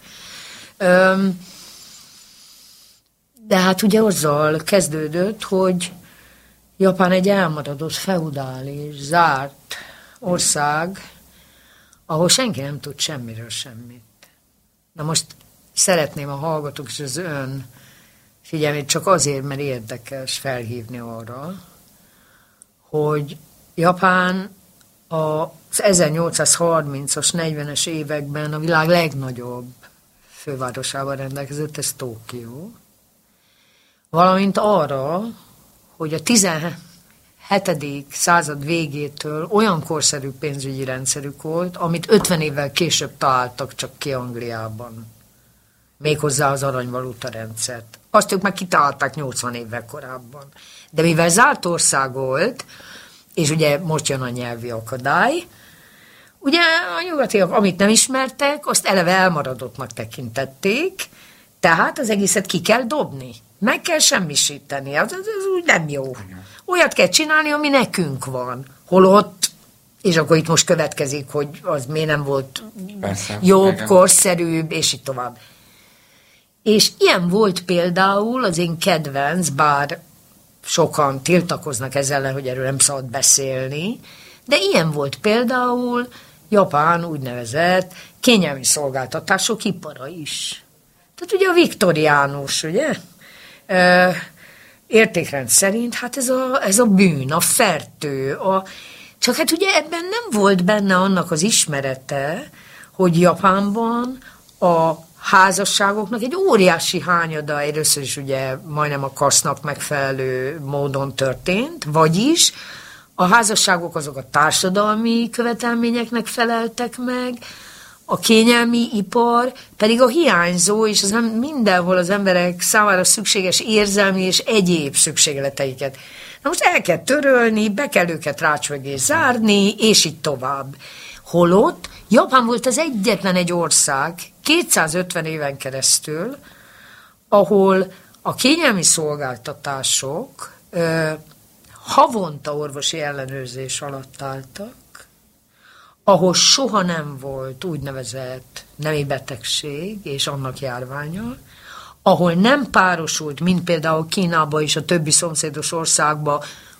De hát ugye azzal kezdődött, hogy Japán egy elmaradott, feudális, zárt ország, ahol senki nem tud semmiről semmit. Na most szeretném a hallgatók és az ön figyelmét csak azért, mert érdekes felhívni arra, hogy Japán az 1830-as, 40-es években a világ legnagyobb fővárosával rendelkezett, ez Tokió. Valamint arra, hogy a 17. század végétől olyan korszerű pénzügyi rendszerük volt, amit 50 évvel később találtak csak ki Angliában. Méghozzá az aranyvaluta rendszert. Azt ők meg kitalálták 80 évvel korábban. De mivel zárt ország volt, és ugye most jön a nyelvi akadály, ugye a nyugatiak, amit nem ismertek, azt eleve elmaradottnak tekintették, tehát az egészet ki kell dobni. Meg kell semmisíteni, az úgy nem jó. Olyat kell csinálni, ami nekünk van. Holott, és akkor itt most következik, hogy az miért nem volt persze, jobb, igen. Korszerűbb, és így tovább. És ilyen volt például az én kedvenc, bár sokan tiltakoznak ezzel ellen, hogy erről nem szabad beszélni, de ilyen volt például Japán úgynevezett kényelmi szolgáltatások ipara is. Tehát ugye a viktoriánus, ugye? Értékrend szerint, hát ez a bűn, a fertő, csak hát ugye ebben nem volt benne annak az ismerete, hogy Japánban a házasságoknak egy óriási hányada, először is ugye majdnem a kasznak megfelelő módon történt, vagyis a házasságok azok a társadalmi követelményeknek feleltek meg, a kényelmi ipar pedig a hiányzó, és az mindenhol az emberek számára szükséges érzelmi és egyéb szükségleteiket. Na most el kell törölni, be kell őket rács mögé zárni, és így tovább. Holott Japán volt az egyetlen egy ország 250 éven keresztül, ahol a kényelmi szolgáltatások havonta orvosi ellenőrzés alatt álltak, ahol soha nem volt úgynevezett nemi betegség és annak járványa, ahol nem párosult, mint például Kínában és a többi szomszédos országban,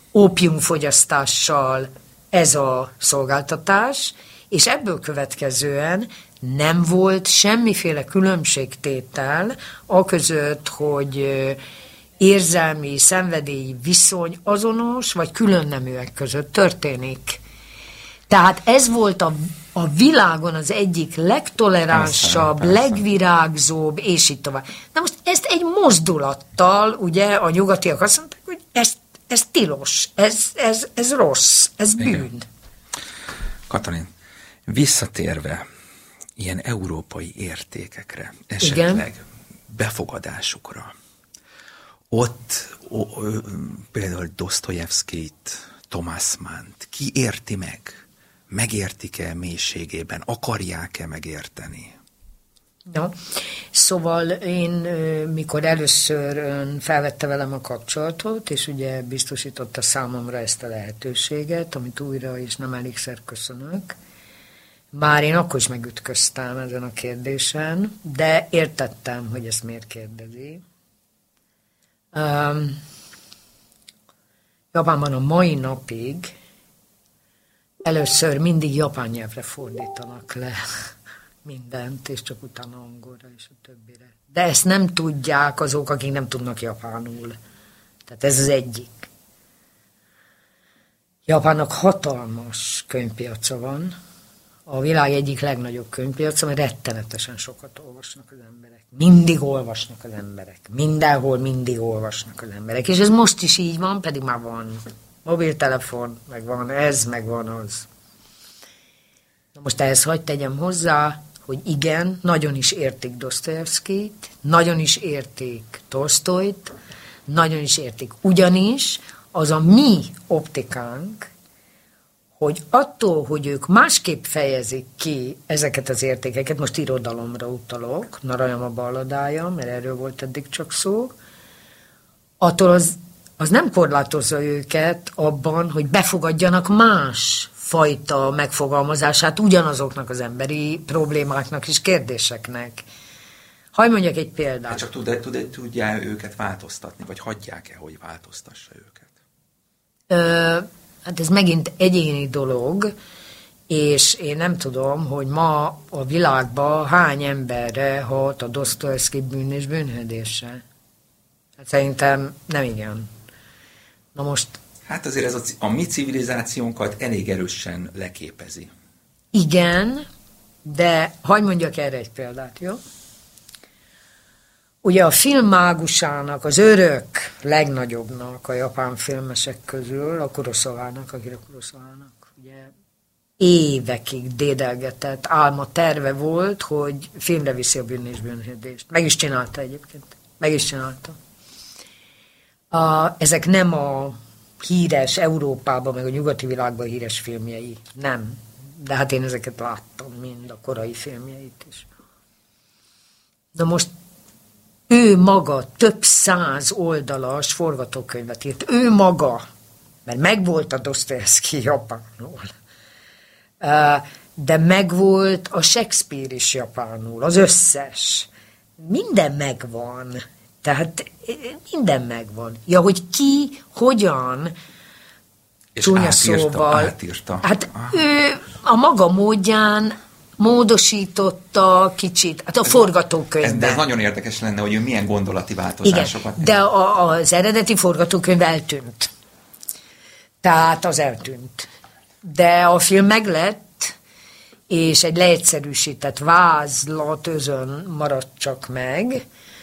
ópiumfogyasztással ez a szolgáltatás, és ebből következően nem volt semmiféle különbségtétel aközött, hogy érzelmi, szenvedélyi viszony azonos, vagy külön neműek között történik. Tehát ez volt a világon az egyik legtoleránsabb, legvirágzóbb, és így tovább. Na most ezt egy mozdulattal, ugye a nyugatiak azt mondták, hogy ez tilos, ez rossz, ez bűn. Igen. Katalin, visszatérve ilyen európai értékekre, esetleg igen, befogadásukra, ott például Dosztojevszkijt, Thomas Mannt, ki érti meg? Megértik-e mélységében? Akarják-e megérteni? Ja, szóval én, mikor először ön felvette velem a kapcsolatot, és ugye biztosította számomra ezt a lehetőséget, amit újra és nem elégszer köszönök, bár én akkor is megütköztem ezen a kérdésen, de értettem, hogy ezt miért kérdezi. Japánban a mai napig először mindig japán nyelvre fordítanak le mindent, és csak utána angolra és a többire. De ezt nem tudják azok, akik nem tudnak japánul. Tehát ez az egyik. Japánnak hatalmas könyvpiaca van. A világ egyik legnagyobb könyvpiaca, mert rettenetesen sokat olvasnak az emberek. Mindig olvasnak az emberek. Mindenhol mindig olvasnak az emberek. És ez most is így van, pedig már van mobiltelefon, meg van ez, meg van az. Na most ehhez hadd tegyem hozzá, hogy igen, nagyon is értik Dosztojevszkijt, nagyon is értik Tolsztojt, nagyon is értik. Ugyanis az a mi optikánk, hogy attól, hogy ők másképp fejezik ki ezeket az értékeket, most irodalomra utalok, Narayama balladája, mert erről volt eddig csak szó, attól az nem korlátozza őket abban, hogy befogadjanak más fajta megfogalmazását ugyanazoknak az emberi problémáknak és kérdéseknek. Hadd mondjak egy példát. Hát csak tudja őket változtatni, vagy hagyják-e, hogy változtassa őket? Hát ez megint egyéni dolog, és én nem tudom, hogy ma a világban hány emberre hat a Dosztojevszkij Bűn és bűnhődése. Hát szerintem nem igen. Na most... Hát azért ez a mi civilizációnkat elég erősen leképezi. Igen, de hadd mondjak erre egy példát, jó? Ugye a film mágusának, az örök legnagyobbnak a japán filmesek közül, a Kurosavának, Akira Kurosavának, ugye évekig dédelgetett álma terve volt, hogy filmre viszi a Bűn és bűnhődést. Meg is csinálta egyébként. Meg is csinálta. Ezek nem a híres Európában, meg a nyugati világban híres filmjei. Nem. De hát én ezeket láttam, mind a korai filmjeit is. Na most ő maga több 100 oldalas forgatókönyvet írt. Ő maga, mert megvolt a Dosztojevszkij japánul, de megvolt a Shakespeare is japánul, az összes. Minden megvan. Tehát minden megvan. Ja, hogy ki, hogyan, és csúnya szóval. Átírta. Hát ő a maga módján módosította kicsit, hát a forgatókönyvben. De ez nagyon érdekes lenne, hogy ő milyen gondolati változásokat. Igen, de az eredeti forgatókönyv eltűnt. Tehát az eltűnt. De a film meglett, és egy leegyszerűsített vázlat özön maradt csak meg.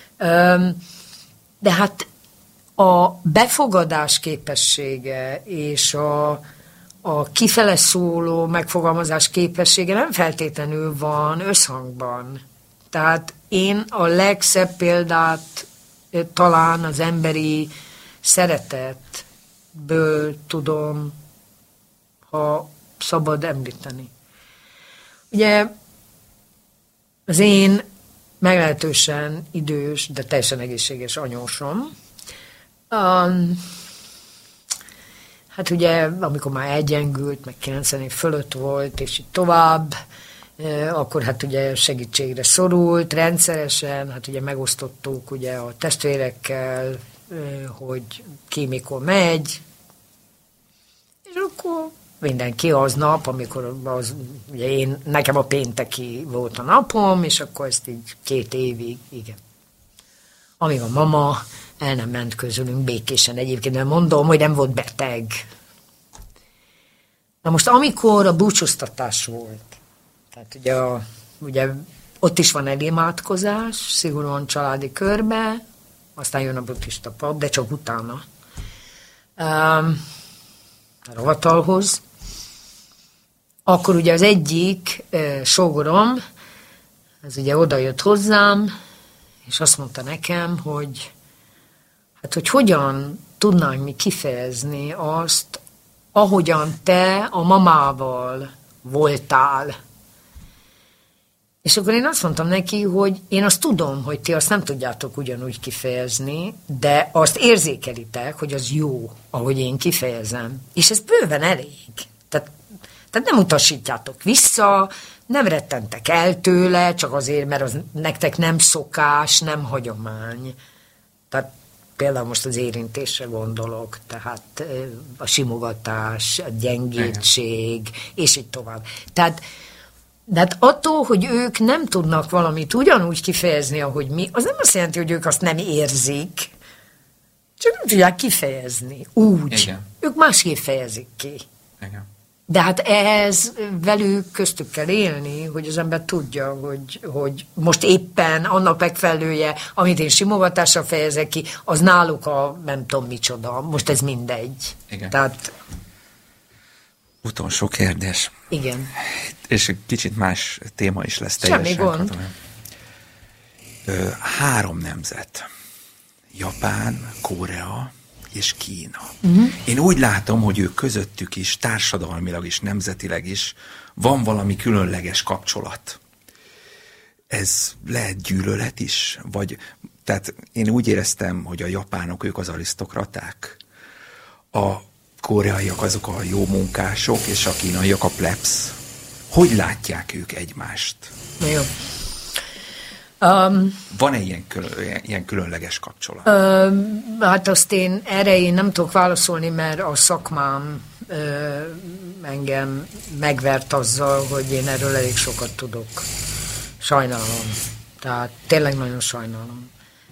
De hát a befogadás képessége és a kifele szóló megfogalmazás képessége nem feltétlenül van összhangban. Tehát én a legszebb példát talán az emberi szeretetből tudom, ha szabad említeni. Ugye az én meglehetősen idős, de teljesen egészséges anyósom, hát ugye, amikor már elgyengült, meg 90 év fölött volt, és így tovább, akkor hát ugye segítségre szorult rendszeresen, hát ugye megosztottuk ugye a testvérekkel, hogy ki mikor megy, akkor mindenki aznap, amikor ugye nekem a pénteki volt a napom, és akkor ezt így 2 évig, igen. Amíg a mama el nem ment közülünk békésen, egyébként nem mondom, hogy nem volt beteg. Na most, amikor a búcsúztatás volt, tehát ugye ott is van elimádkozás, szigorúan családi körbe, aztán jön a buddhista pap, de csak utána. A ravatalhoz. Akkor ugye az egyik sógorom, ez ugye oda jött hozzám, és azt mondta nekem, hogy hát, hogy hogyan tudnánk mi kifejezni azt, ahogyan te a mamával voltál. És akkor én azt mondtam neki, hogy én azt tudom, hogy ti azt nem tudjátok ugyanúgy kifejezni, de azt érzékelitek, hogy az jó, ahogy én kifejezem. És ez bőven elég. Tehát nem utasítjátok vissza, nem rettentek el tőle, csak azért, mert az nektek nem szokás, nem hagyomány. Tehát például most az érintésre gondolok, tehát a simogatás, a gyengétség, és így tovább. Tehát de hát attól, hogy ők nem tudnak valamit ugyanúgy kifejezni, ahogy mi, az nem azt jelenti, hogy ők azt nem érzik, csak nem tudják kifejezni. Úgy. Igen. Ők másképp fejezik ki. Igen. De hát ehhez velük köztük kell élni, hogy az ember tudja, hogy most éppen annak megfelelője, amit én simogatásra fejezek ki, az náluk a nem tudom micsoda. Most ez mindegy. Igen. Tehát... Utolsó kérdés. Igen. És kicsit más téma is lesz teljesen. Semmi gond. 3 nemzet. Japán, Korea és Kína. Én úgy látom, hogy ők közöttük is, társadalmilag is, nemzetileg is van valami különleges kapcsolat. Ez lehet gyűlölet is? Tehát én úgy éreztem, hogy a japánok, ők az arisztokraták. A koreaiak azok a jó munkások, és a kínaiak a plebs. Hogy látják ők egymást? Jó. Van-e ilyen különleges kapcsolat? Hát azt erre én nem tudok válaszolni, mert a szakmám engem megvert azzal, hogy én erről elég sokat tudok. Sajnálom. Tehát tényleg nagyon sajnálom.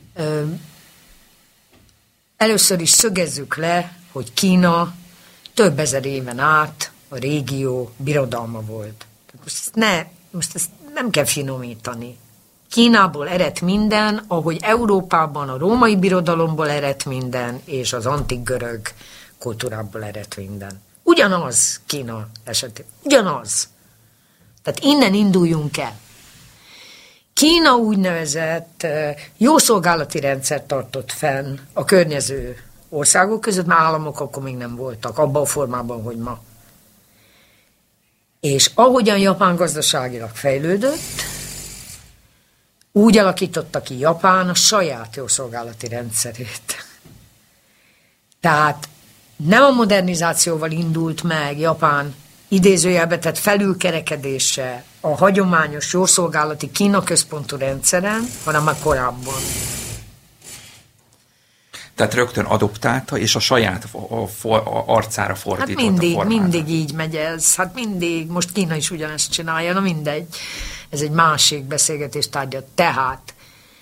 Először is szögezzük le, hogy Kína több ezer éven át a régió birodalma volt. Most ezt nem kell finomítani. Kínából eredt minden, ahogy Európában a római birodalomból eredt minden, és az antik görög kultúrából eredt minden. Ugyanaz Kína esetében. Ugyanaz. Tehát innen induljunk el. Kína úgynevezett jószolgálati rendszert tartott fenn a környező országok között, mert államok akkor még nem voltak, abban a formában, hogy ma. És ahogyan Japán gazdaságilag fejlődött, úgy alakította ki Japán a saját jószolgálati rendszerét. Tehát nem a modernizációval indult meg Japán idézőjelbe, tehát felülkerekedése a hagyományos jószolgálati Kína központú rendszeren, hanem már korábban. Tehát rögtön adoptálta, és a saját arcára fordította. Hát mindig így megy ez. Hát mindig, most Kína is ugyanezt csinálja, na mindegy. Ez egy másik beszélgetés tárgya. Tehát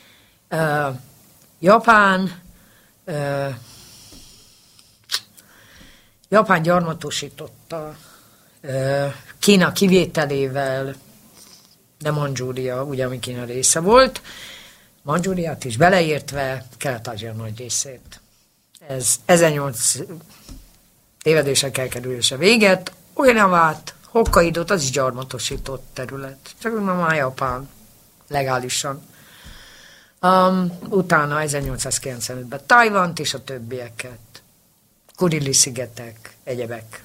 Japán gyarmatosította Kína kivételével, de Mandzsúria, ugye, ami Kína része volt, Mandzsúriát is beleértve Kelet-Ázsia nagy részét. Ez 1800 tévedésekkel kerülése véget, Okinawa-t, Hokkaidót, az is gyarmatosított terület. Csak már Japán legálisan. Utána 1895-ben Tajvant és a többieket. Kurilli-szigetek, egyebek.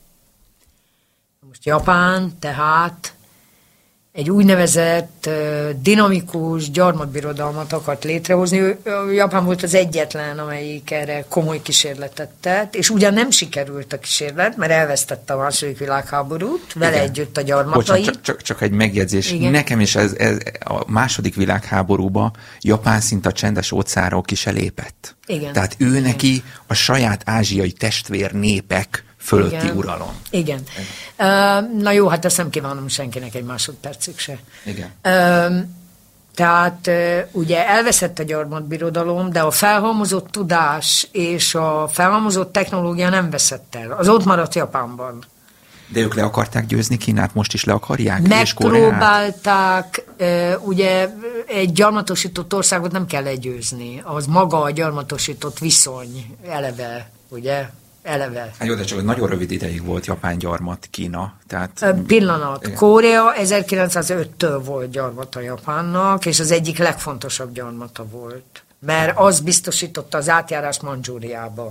Most Japán tehát egy úgynevezett dinamikus gyarmatbirodalmat akart létrehozni. Japán volt az egyetlen, amelyik erre komoly kísérletet tett, és ugyan nem sikerült a kísérlet, mert elvesztette a második világháborút, vele együtt a gyarmatai. Bocsánat, csak egy megjegyzés. Igen. Nekem is ez a második világháborúban Japán szinte a csendes óceánról ki se lépett. Igen. Tehát ő neki a saját ázsiai testvér népek fölötti uralom. Igen. Na jó, hát ezt nem kívánom senkinek egy másodpercig se. Igen. Tehát ugye elveszett a gyarmatbirodalom, de a felhalmozott tudás és a felhalmozott technológia nem veszett el. Az ott maradt Japánban. De ők le akarták győzni Kínát, most is le akarják? Megpróbálták, ugye egy gyarmatosított országot nem kell legyőzni. Az maga a gyarmatosított viszony eleve, ugye? Eleve. Hát jó, de csak nagyon rövid ideig volt japán gyarmat Kína. Tehát... Pillanat. Igen. Korea 1905-től volt gyarmata Japánnak, és az egyik legfontosabb gyarmata volt. Mert az biztosította az átjárást Mandzsúriába.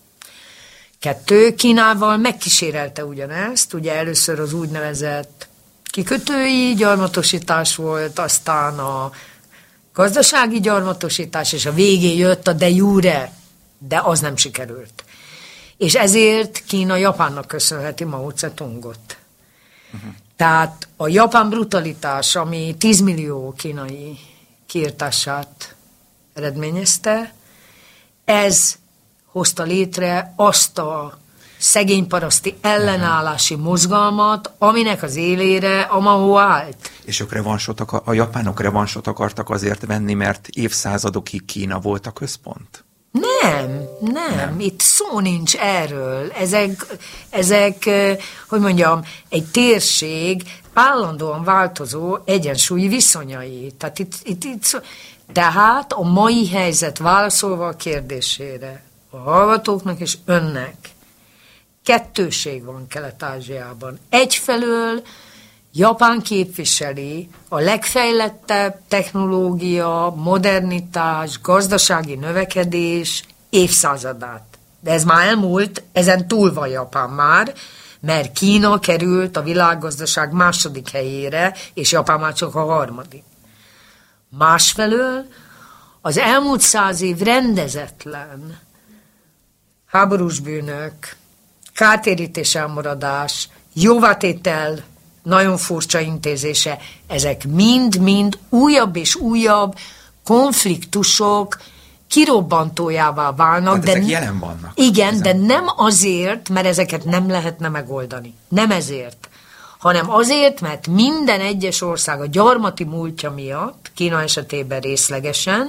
2. Kínával megkísérelte ugyanezt, ugye először az úgynevezett kikötői gyarmatosítás volt, aztán a gazdasági gyarmatosítás, és a végén jött a de jure, de az nem sikerült. És ezért Kína Japánnak köszönheti Mao Tse-tungot. Tehát a japán brutalitás, ami 10 millió kínai kiirtását eredményezte, ez hozta létre azt a szegényparaszti ellenállási mozgalmat, aminek az élére a Mao állt. És ők a japánok revansot akartak azért venni, mert évszázadokig Kína volt a központ? Nem. Itt szó nincs erről. Ezek, hogy mondjam, egy térség állandóan változó egyensúlyi viszonyai. Tehát a mai helyzet, válaszolva a kérdésére, a hallgatóknak és önnek, kettőség van Kelet-Ázsiában. Egyfelől Japán képviseli a legfejlettebb technológia, modernitás, gazdasági növekedés évszázadát. De ez már elmúlt, ezen túl van Japán már, mert Kína került a világgazdaság második helyére, és Japán már csak a harmadik. Másfelől az elmúlt 100 év rendezetlen háborús bűnök, kártérítés elmaradás, jóvátétel nagyon furcsa intézése, ezek mind-mind újabb és újabb konfliktusok kirobbantójává válnak. Hát ezek jelen vannak. Igen, de nem azért, mert ezeket nem lehetne megoldani. Nem ezért, hanem azért, mert minden egyes ország a gyarmati múltja miatt, Kína esetében részlegesen,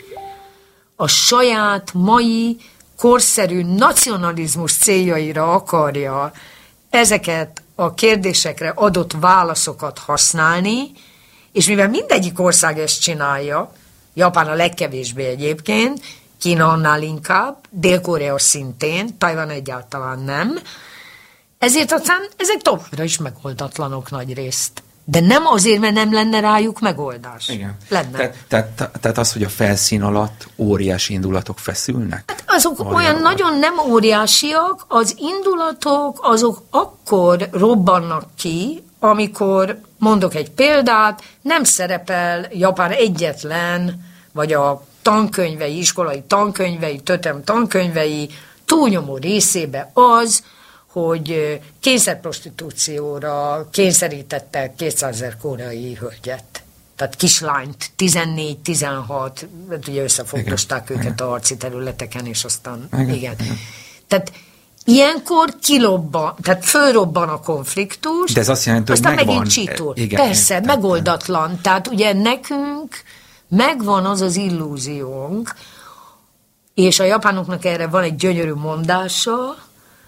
a saját mai korszerű nacionalizmus céljaira akarja ezeket a kérdésekre adott válaszokat használni, és mivel mindegyik ország ezt csinálja, Japán a legkevésbé egyébként, Kína annál inkább, Dél-Korea szintén, Tajvan egyáltalán nem, ezért aztán ezek továbbra is megoldatlanok nagy részt. De nem azért, mert nem lenne rájuk megoldás. Igen. Lenne. Tehát az, hogy a felszín alatt óriási indulatok feszülnek? Hát azok olyan nagyon nem óriásiak, az indulatok azok akkor robbannak ki, amikor, mondok egy példát, nem szerepel Japán egyetlen, vagy a tankönyvei, iskolai tankönyvei, tötem tankönyvei túlnyomó részébe az, hogy kényszerprostitúcióra kényszerítettek 200 000 koreai hölgyet. Tehát kislányt, 14-16, ugye összefogdosták őket a harci területeken, és aztán, igen. Tehát ilyenkor tehát fölrobban a konfliktus, de ez azt jelenti, hogy aztán megvan. Megint csitul. Persze, megoldatlan. Tehát ugye nekünk megvan az az illúziónk, és a japánoknak erre van egy gyönyörű mondása,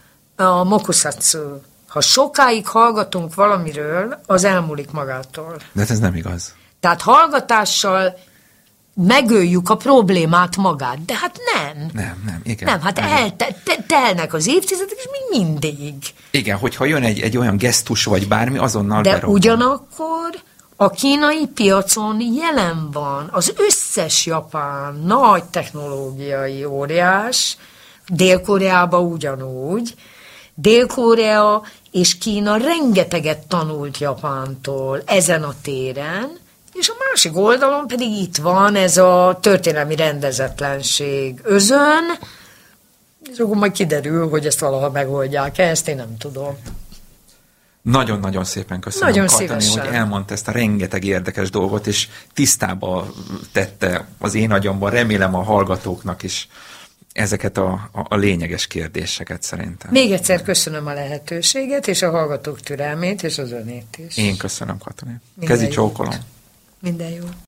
a mokusatsu. Ha sokáig hallgatunk valamiről, az elmúlik magától. De ez nem igaz. Tehát hallgatással megöljük a problémát magát. De hát nem. Nem, igen. Nem, hát telnek az évtizedek, és még mindig. Igen, hogyha jön egy olyan gesztus, vagy bármi, azonnal de berobban. Ugyanakkor a kínai piacon jelen van az összes japán nagy technológiai óriás, Dél-Koreában ugyanúgy. Dél-Korea és Kína rengeteget tanult Japántól ezen a téren, és a másik oldalon pedig itt van ez a történelmi rendezetlenség özön, és akkor majd kiderül, hogy ezt valaha megoldják. Ezt én nem tudom. Nagyon-nagyon szépen köszönöm, nagyon Katani, hogy elmondta ezt a rengeteg érdekes dolgot, és tisztába tette az én agyamban, remélem a hallgatóknak is ezeket a lényeges kérdéseket szerintem. Még egyszer köszönöm a lehetőséget, és a hallgatók türelmét, és az önét is. Én köszönöm, Katalin. Kezi csókolom. Minden jó.